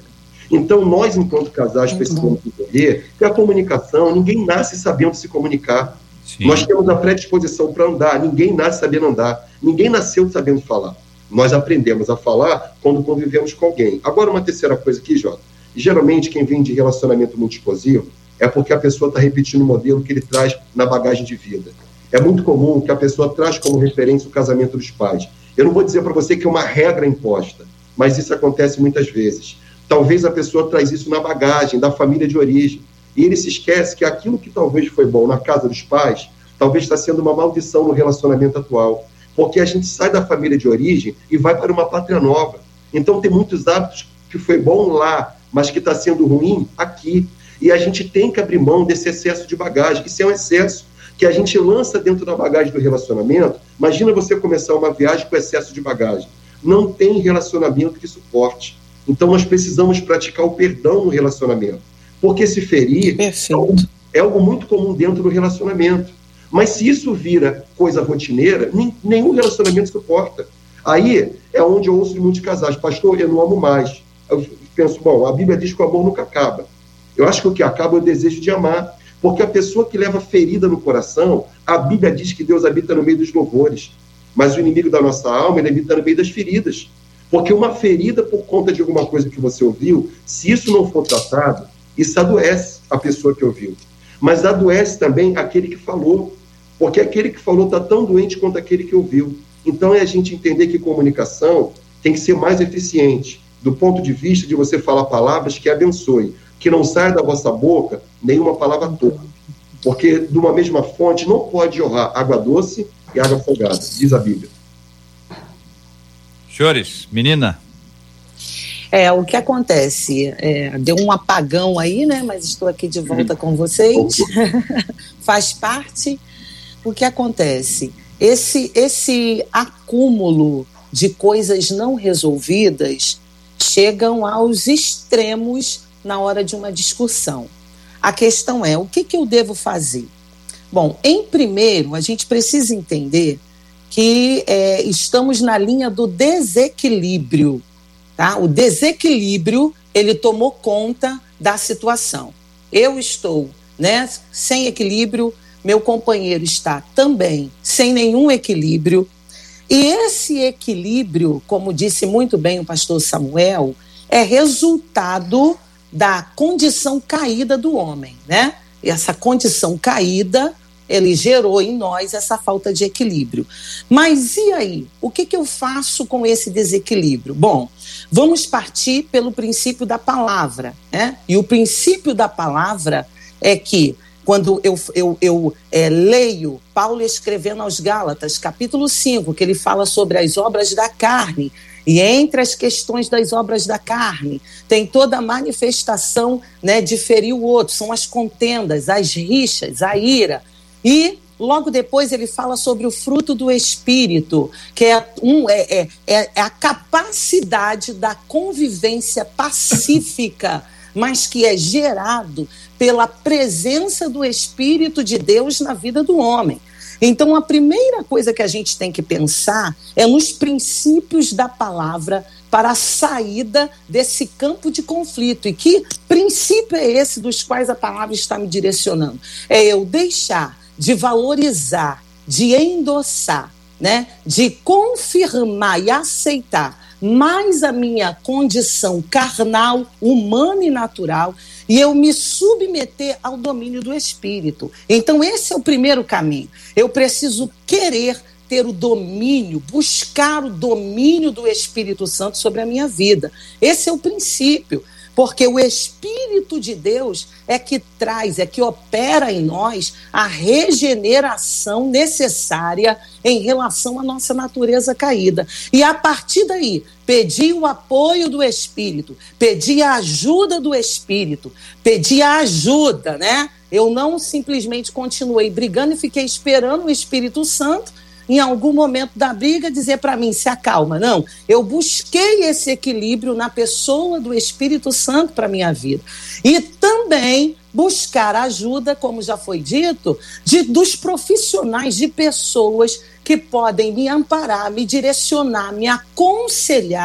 Então, nós, enquanto casais, precisamos entender que a comunicação, ninguém nasce sabendo se comunicar. Sim. Nós temos a predisposição para andar, ninguém nasce sabendo andar, ninguém nasceu sabendo falar. Nós aprendemos a falar quando convivemos com alguém. Agora, uma terceira coisa aqui, Jota. Geralmente, quem vem de relacionamento muito explosivo é porque a pessoa está repetindo o modelo que ele traz na bagagem de vida. É muito comum que a pessoa traz como referência o casamento dos pais. Eu não vou dizer para você que é uma regra imposta, mas isso acontece muitas vezes. Talvez a pessoa traz isso na bagagem da família de origem. E ele se esquece que aquilo que talvez foi bom na casa dos pais, talvez está sendo uma maldição no relacionamento atual. Porque a gente sai da família de origem e vai para uma pátria nova. Então tem muitos hábitos que foi bom lá, mas que está sendo ruim aqui. E a gente tem que abrir mão desse excesso de bagagem. Isso é um excesso que a gente lança dentro da bagagem do relacionamento. Imagina você começar uma viagem com excesso de bagagem. Não tem relacionamento que suporte. Então nós precisamos praticar o perdão no relacionamento. Porque se ferir é algo muito comum dentro do relacionamento. Mas se isso vira coisa rotineira, nenhum relacionamento suporta. Aí é onde eu ouço de muitos casais: pastor, eu não amo mais. Eu penso, bom, a Bíblia diz que o amor nunca acaba. Eu acho que o que acaba é o desejo de amar. Porque a pessoa que leva ferida no coração, a Bíblia diz que Deus habita no meio dos louvores. Mas o inimigo da nossa alma, ele habita no meio das feridas. Porque uma ferida por conta de alguma coisa que você ouviu, se isso não for tratado, isso adoece a pessoa que ouviu. Mas adoece também aquele que falou. Porque aquele que falou está tão doente quanto aquele que ouviu. Então é a gente entender que comunicação tem que ser mais eficiente, do ponto de vista de você falar palavras que abençoem, que não saia da vossa boca nenhuma palavra torta. Porque de uma mesma fonte não pode jorrar água doce e água salgada, diz a Bíblia. Senhores, menina. O que acontece? Deu um apagão aí, né? Mas estou aqui de volta com vocês. Faz parte. O que acontece? Esse acúmulo de coisas não resolvidas chegam aos extremos na hora de uma discussão. A questão é, o que eu devo fazer? Bom, em primeiro, a gente precisa entender que estamos na linha do desequilíbrio, tá? O desequilíbrio, ele tomou conta da situação. Eu estou, sem equilíbrio, meu companheiro está também sem nenhum equilíbrio. E esse equilíbrio, como disse muito bem o pastor Samuel, é resultado da condição caída do homem, né? E essa condição caída, ele gerou em nós essa falta de equilíbrio. Mas e aí? O que eu faço com esse desequilíbrio? Bom, vamos partir pelo princípio da palavra, né? E o princípio da palavra é que, quando eu leio Paulo escrevendo aos Gálatas, capítulo 5, que ele fala sobre as obras da carne, e entre as questões das obras da carne, tem toda a manifestação, de ferir o outro, são as contendas, as rixas, a ira. Logo depois ele fala sobre o fruto do Espírito, que é a capacidade da convivência pacífica, mas que é gerado pela presença do Espírito de Deus na vida do homem. Então, a primeira coisa que a gente tem que pensar é nos princípios da palavra para a saída desse campo de conflito. E que princípio é esse dos quais a palavra está me direcionando? É eu deixar de valorizar, de endossar, de confirmar e aceitar mais a minha condição carnal, humana e natural, e eu me submeter ao domínio do Espírito. Então esse é o primeiro caminho. Eu preciso querer ter o domínio, buscar o domínio do Espírito Santo sobre a minha vida. Esse é o princípio. Porque o Espírito de Deus é que traz, é que opera em nós a regeneração necessária em relação à nossa natureza caída. E a partir daí, pedir o apoio do Espírito, pedir a ajuda do Espírito, pedir a ajuda, Eu não simplesmente continuei brigando e fiquei esperando o Espírito Santo em algum momento da briga dizer para mim, se acalma. Não, eu busquei esse equilíbrio na pessoa do Espírito Santo para a minha vida. E também buscar ajuda, como já foi dito, dos profissionais, de pessoas que podem me amparar, me direcionar, me aconselhar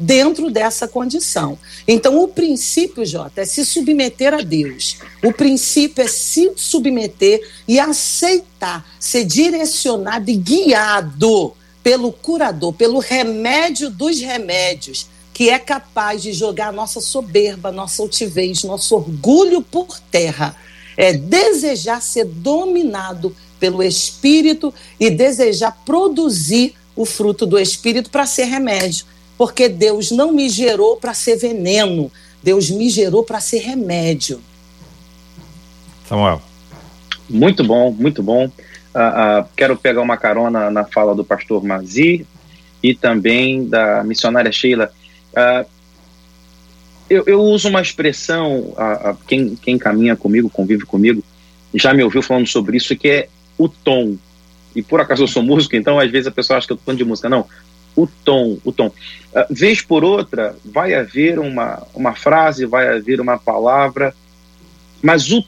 dentro dessa condição. Então, o princípio, Jota, é se submeter a Deus. O princípio é se submeter e aceitar, ser direcionado e guiado pelo curador, pelo remédio dos remédios, que é capaz de jogar a nossa soberba, nossa altivez, nosso orgulho por terra. É desejar ser dominado pelo Espírito e desejar produzir o fruto do Espírito para ser remédio. Porque Deus não me gerou para ser veneno, Deus me gerou para ser remédio. Samuel. Muito bom, muito bom. Quero pegar uma carona na fala do pastor Mazir e também da missionária Sheila. Eu uso uma expressão, quem caminha comigo, convive comigo, já me ouviu falando sobre isso, que é o tom. E por acaso eu sou músico, então às vezes a pessoa acha que eu estou falando de música. Não, o tom. Vez por outra, vai haver uma frase, vai haver uma palavra, mas o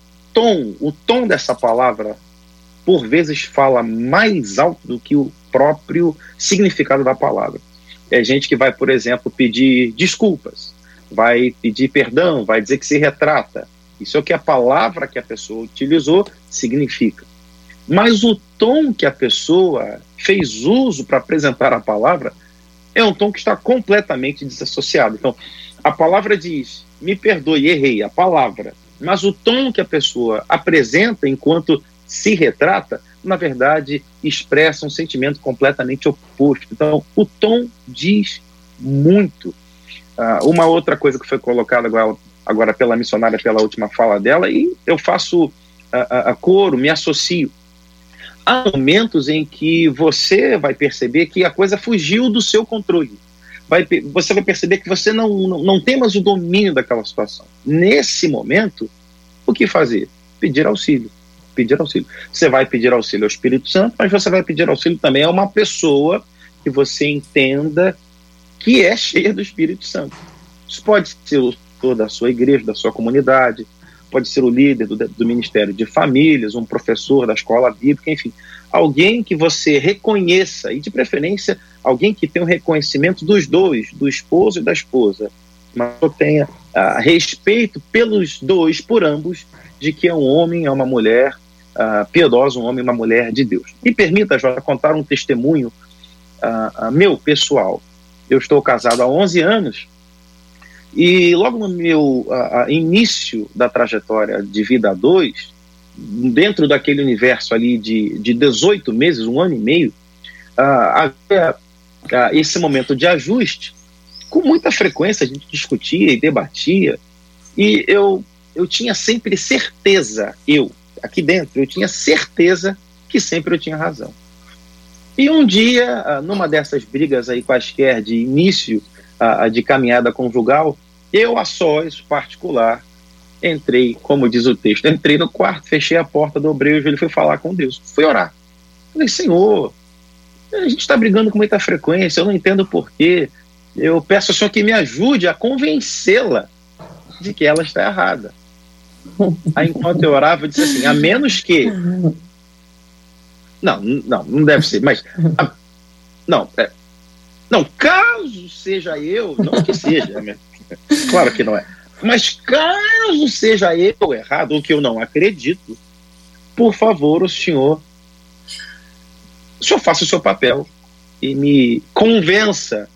tom dessa palavra, por vezes, fala mais alto do que o próprio significado da palavra. É gente que vai, por exemplo, pedir desculpas, vai pedir perdão, vai dizer que se retrata. Isso é o que a palavra que a pessoa utilizou significa. Mas o tom que a pessoa fez uso para apresentar a palavra é um tom que está completamente desassociado. Então, a palavra diz, me perdoe, errei, a palavra. Mas o tom que a pessoa apresenta enquanto se retrata, na verdade, expressa um sentimento completamente oposto. Então, o tom diz muito. Uma outra coisa que foi colocada agora pela missionária, pela última fala dela, e eu faço coro, me associo. Há momentos em que você vai perceber que a coisa fugiu do seu controle. Você vai perceber que você não tem mais o domínio daquela situação. Nesse momento, o que fazer? Pedir auxílio. Você vai pedir auxílio ao Espírito Santo, mas você vai pedir auxílio também a uma pessoa que você entenda que é cheia do Espírito Santo. Isso pode ser o pastor da sua igreja, da sua comunidade, pode ser o líder do Ministério de Famílias, um professor da escola bíblica, enfim, alguém que você reconheça, e de preferência, alguém que tenha o reconhecimento dos dois, do esposo e da esposa, mas tenha respeito pelos dois, por ambos, de que é um homem, é uma mulher piedosa, um homem e uma mulher de Deus. Me permita, Jota, contar um testemunho meu, pessoal. Eu estou casado há 11 anos, e logo no meu início da trajetória de vida a dois, dentro daquele universo ali de 18 meses, 1 ano e meio, havia esse momento de ajuste. Com muita frequência a gente discutia e debatia, e eu tinha sempre certeza, aqui dentro, eu tinha certeza que sempre eu tinha razão. E um dia, numa dessas brigas aí quaisquer de início de caminhada conjugal, eu, a sós, particular, entrei, como diz o texto, entrei no quarto, fechei a porta, dobrei o joelho e fui falar com Deus. Fui orar. Falei, Senhor, a gente está brigando com muita frequência, eu não entendo por quê. Eu peço ao Senhor que me ajude a convencê-la de que ela está errada. Aí, enquanto eu orava, eu disse assim, a menos que... Não deve ser, mas... Não, caso seja eu, não que seja, né? Claro que não é. Mas caso seja eu errado, ou que eu não acredito, por favor, o senhor faça o seu papel e me convença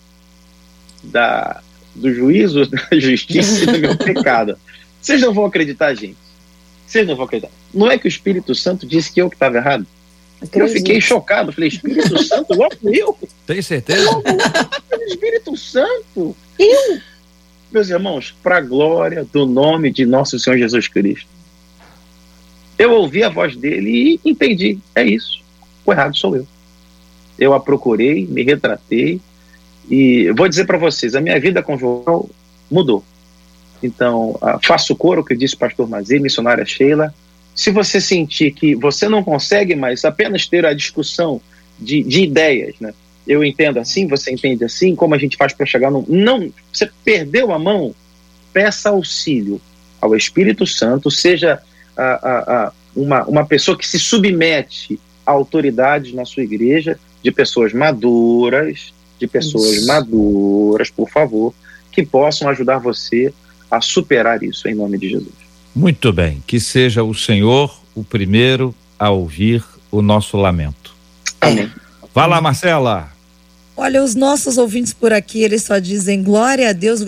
do juízo, da justiça e do meu pecado. Vocês não vão acreditar, gente. Vocês não vão acreditar. Não é que o Espírito Santo disse que eu que estava errado? Eu fiquei chocado. Falei, Espírito Santo, logo eu? Tem certeza? O Espírito Santo? Eu? Meus irmãos, para a glória do nome de nosso Senhor Jesus Cristo. Eu ouvi a voz dele e entendi. É isso. O errado sou eu. Eu a procurei, me retratei e vou dizer para vocês, a minha vida conjugal mudou. Então, faço coro, que disse o pastor Mazir, missionária Sheila. Se você sentir que você não consegue mais apenas ter a discussão de ideias, né? Eu entendo assim, você entende assim, como a gente faz para chegar no... Não, você perdeu a mão, peça auxílio ao Espírito Santo, seja uma pessoa que se submete a autoridades na sua igreja, de pessoas maduras, de pessoas maduras, por favor, que possam ajudar você a superar isso, em nome de Jesus. Muito bem, que seja o Senhor o primeiro a ouvir o nosso lamento. Amém. Vai lá, Marcela. Olha, os nossos ouvintes por aqui, eles só dizem glória a Deus,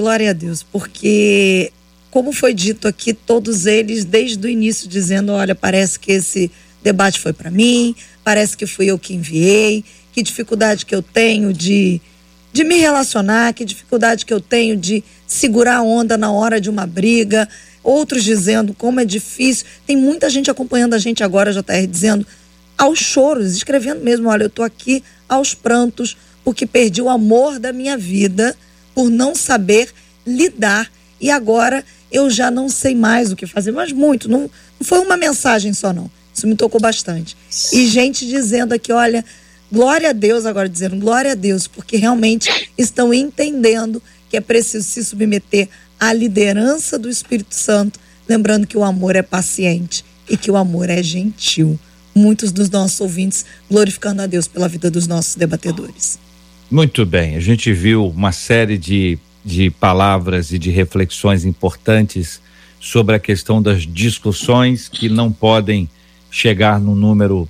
porque, como foi dito aqui, todos eles, desde o início, dizendo, olha, parece que esse debate foi para mim, parece que fui eu que enviei, que dificuldade que eu tenho de me relacionar, que dificuldade que eu tenho de segurar a onda na hora de uma briga. Outros dizendo como é difícil. Tem muita gente acompanhando a gente agora, JR, dizendo aos choros, escrevendo mesmo, olha, eu tô aqui aos prantos porque perdi o amor da minha vida por não saber lidar e agora eu já não sei mais o que fazer, mas muito, não foi uma mensagem só não, isso me tocou bastante. E gente dizendo aqui, olha, glória a Deus, agora dizendo glória a Deus, porque realmente estão entendendo que é preciso se submeter à liderança do Espírito Santo, lembrando que o amor é paciente e que o amor é gentil. Muitos dos nossos ouvintes glorificando a Deus pela vida dos nossos debatedores. Muito bem, a gente viu uma série de palavras e de reflexões importantes sobre a questão das discussões que não podem chegar num número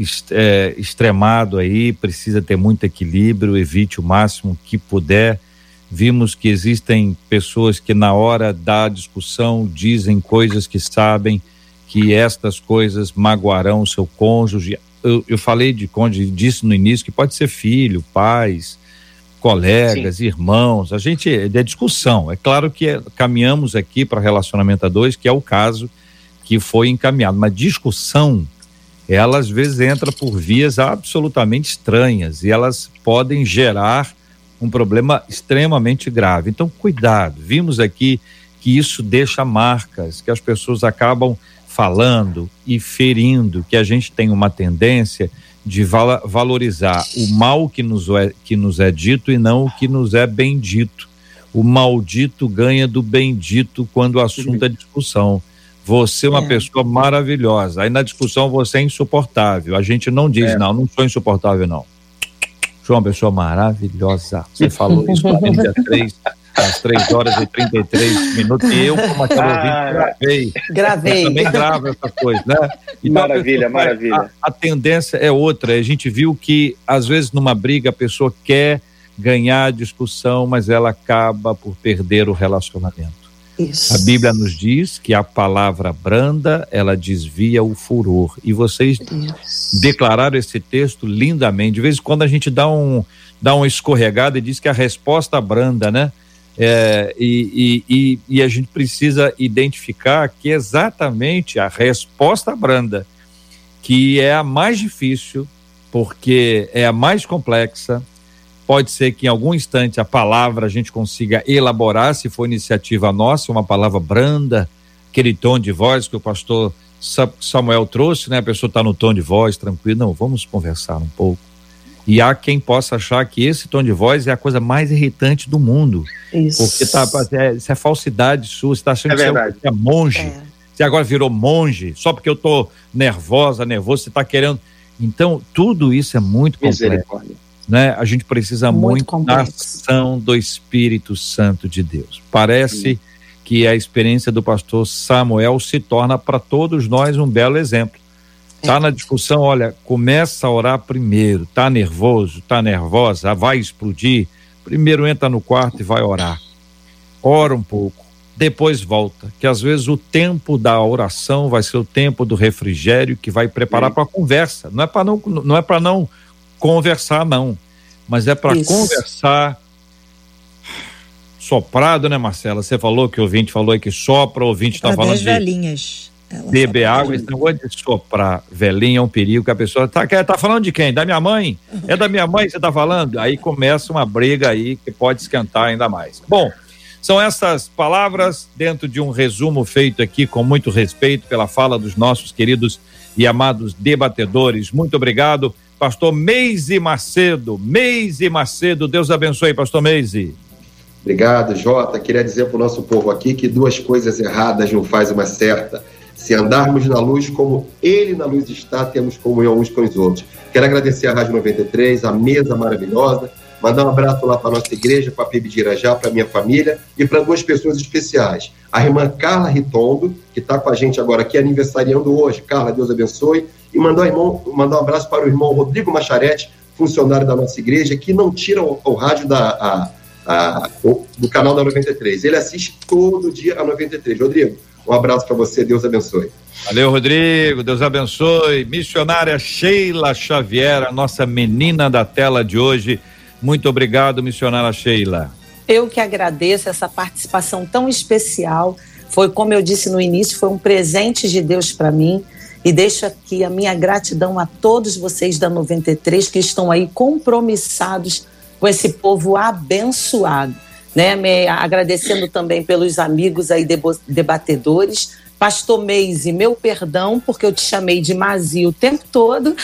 extremado aí, precisa ter muito equilíbrio, evite o máximo que puder. Vimos que existem pessoas que na hora da discussão dizem coisas que sabem que estas coisas magoarão o seu cônjuge. Eu falei de cônjuge, disse no início que pode ser filho, pais, colegas, sim, irmãos, a gente é discussão. É claro que caminhamos aqui para relacionamento a dois, que é o caso que foi encaminhado, mas discussão, ela às vezes entra por vias absolutamente estranhas e elas podem gerar um problema extremamente grave. Então, cuidado. Vimos aqui que isso deixa marcas, que as pessoas acabam falando e ferindo, que a gente tem uma tendência de valorizar o mal que nos é dito e não o que nos é bendito. O maldito ganha do bendito quando o assunto é discussão. Você é uma pessoa maravilhosa, aí na discussão você é insuportável. A gente não diz, não sou insuportável, não. Sou uma pessoa maravilhosa. Você falou isso para mim às 3h33, e eu, como aquela ouvinte, gravei. Eu também gravo essas coisas, né? Então, maravilha, maravilha. A tendência é outra. A gente viu que, às vezes, numa briga, a pessoa quer ganhar a discussão, mas ela acaba por perder o relacionamento. Isso. A Bíblia nos diz que a palavra branda, ela desvia o furor. E vocês declararam esse texto lindamente. De vez em quando a gente dá uma escorregada e diz que a resposta branda, né? E a gente precisa identificar que exatamente a resposta branda, que é a mais difícil, porque é a mais complexa. Pode ser que em algum instante a palavra a gente consiga elaborar, se for iniciativa nossa, uma palavra branda, aquele tom de voz que o pastor Samuel trouxe, né? A pessoa está no tom de voz, tranquilo, não, vamos conversar um pouco. E há quem possa achar que esse tom de voz é a coisa mais irritante do mundo. Isso. Porque isso é falsidade sua, você está achando que você é monge, você agora virou monge, só porque eu estou nervoso, você está querendo... Então, tudo isso é muito complexo. Né? A gente precisa muito da ação do Espírito Santo de Deus. Parece que a experiência do pastor Samuel se torna para todos nós um belo exemplo. Tá na discussão, olha, começa a orar primeiro, tá nervoso, tá nervosa, vai explodir, primeiro entra no quarto e vai orar. Ora um pouco, depois volta, que às vezes o tempo da oração vai ser o tempo do refrigério que vai preparar para a conversa. Não é para não conversar, não, mas é para conversar soprado, né, Marcela? Você falou que o ouvinte falou aí que sopra, o ouvinte está falando de velhinhas. Beber água, esse negócio de soprar velhinha é um perigo, que a pessoa tá falando de quem? Da minha mãe? É da minha mãe que você tá falando? Aí começa uma briga aí que pode esquentar ainda mais. Bom, são essas palavras dentro de um resumo feito aqui com muito respeito pela fala dos nossos queridos e amados debatedores. Muito obrigado, pastor Meise Macedo. Meise Macedo, Deus abençoe, pastor Meise. Obrigado, Jota. Queria dizer para o nosso povo aqui que duas coisas erradas não faz uma certa. Se andarmos na luz como Ele na luz está, temos comunhão uns com os outros. Quero agradecer à Rádio 93, a mesa maravilhosa, Mandar um abraço lá para nossa igreja, para a PIB de Irajá, para minha família e para 2 pessoas especiais. A irmã Carla Ritondo, que está com a gente agora aqui, aniversariando hoje. Carla, Deus abençoe. E mandar um abraço para o irmão Rodrigo Macharete, funcionário da nossa igreja, que não tira o rádio do canal da 93. Ele assiste todo dia a 93. Rodrigo, um abraço para você, Deus abençoe. Valeu, Rodrigo, Deus abençoe. Missionária Sheila Xavier, a nossa menina da tela de hoje. Muito obrigado, missionária Sheila. Eu que agradeço essa participação tão especial. Foi, como eu disse no início, foi um presente de Deus para mim. E deixo aqui a minha gratidão a todos vocês da 93 que estão aí compromissados com esse povo abençoado, né? Me agradecendo também pelos amigos aí debatedores. Pastor Meise, meu perdão, porque eu te chamei de Mazi o tempo todo.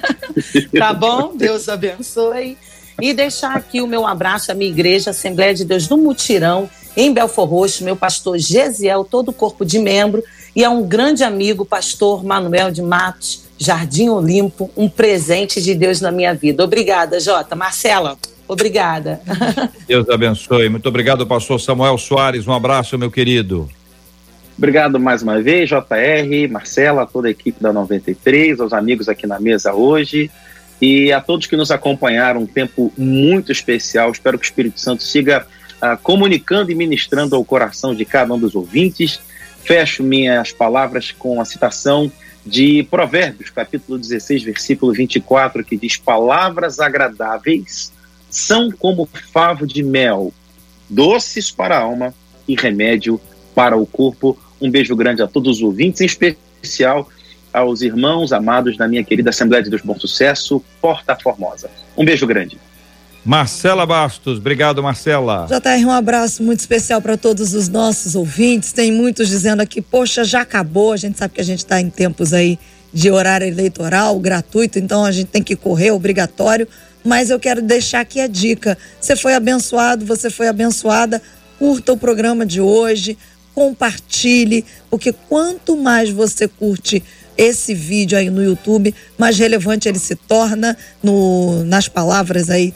Tá bom? Deus abençoe. E deixar aqui o meu abraço à minha igreja, Assembleia de Deus do Mutirão, em Belfor Roxo, meu pastor Gesiel, todo o corpo de membro, e a um grande amigo, pastor Manuel de Matos, Jardim Olimpo, um presente de Deus na minha vida. Obrigada, Jota. Marcela, obrigada. Deus abençoe. Muito obrigado, pastor Samuel Soares. Um abraço, meu querido. Obrigado mais uma vez, JR, Marcela, toda a equipe da 93, aos amigos aqui na mesa hoje e a todos que nos acompanharam, um tempo muito especial. Espero que o Espírito Santo siga comunicando e ministrando ao coração de cada um dos ouvintes. Fecho minhas palavras com a citação de Provérbios, capítulo 16, versículo 24, que diz: palavras agradáveis são como favo de mel, doces para a alma e remédio para o corpo. Um beijo grande a todos os ouvintes, em especial aos irmãos amados da minha querida Assembleia de Deus Bom Sucesso, Porta Formosa. Um beijo grande. Marcela Bastos, obrigado, Marcela. JR, um abraço muito especial para todos os nossos ouvintes. Tem muitos dizendo aqui, poxa, já acabou. A gente sabe que a gente está em tempos aí de horário eleitoral, gratuito, então a gente tem que correr, obrigatório. Mas eu quero deixar aqui a dica. Você foi abençoado, você foi abençoada, curta o programa de hoje, compartilhe, porque quanto mais você curte esse vídeo aí no YouTube, mais relevante ele se torna nas palavras aí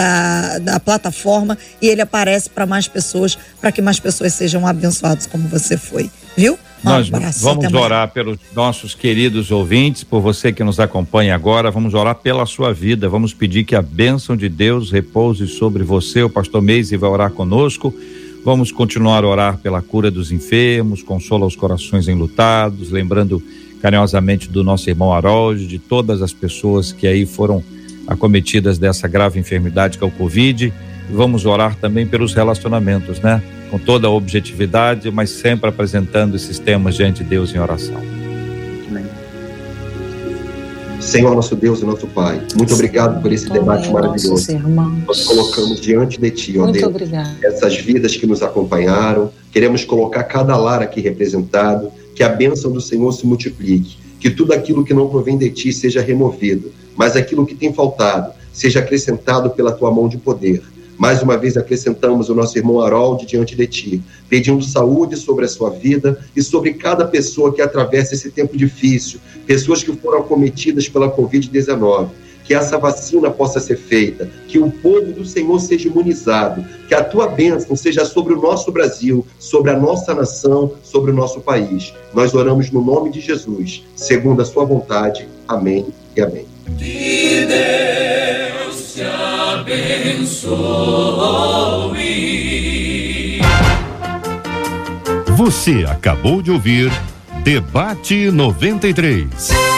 da plataforma, e ele aparece para mais pessoas, para que mais pessoas sejam abençoadas como você foi, viu? Nós vamos orar pelos nossos queridos ouvintes, por você que nos acompanha agora. Vamos orar pela sua vida, vamos pedir que a bênção de Deus repouse sobre você. O pastor Meise vai orar conosco. Vamos continuar a orar pela cura dos enfermos, consola os corações enlutados, lembrando carinhosamente do nosso irmão Harold, de todas as pessoas que aí foram acometidas dessa grave enfermidade que é o Covid. Vamos orar também pelos relacionamentos, né? Com toda a objetividade, mas sempre apresentando esses temas diante de Deus em oração. Amém. Senhor, nosso Deus e nosso Pai, muito obrigado por esse debate maravilhoso. Nós colocamos diante de Ti, ó Deus, essas vidas que nos acompanharam. Queremos colocar cada lar aqui representado, que a bênção do Senhor se multiplique, que tudo aquilo que não provém de Ti seja removido, mas aquilo que tem faltado seja acrescentado pela Tua mão de poder. Mais uma vez acrescentamos o nosso irmão Harold diante de Ti, pedindo saúde sobre a sua vida e sobre cada pessoa que atravessa esse tempo difícil, pessoas que foram acometidas pela Covid-19, que essa vacina possa ser feita, que o povo do Senhor seja imunizado, que a Tua bênção seja sobre o nosso Brasil, sobre a nossa nação, sobre o nosso país. Nós oramos no nome de Jesus, segundo a Sua vontade. Amém e amém. Que Deus te abençoe. Você acabou de ouvir Debate 93.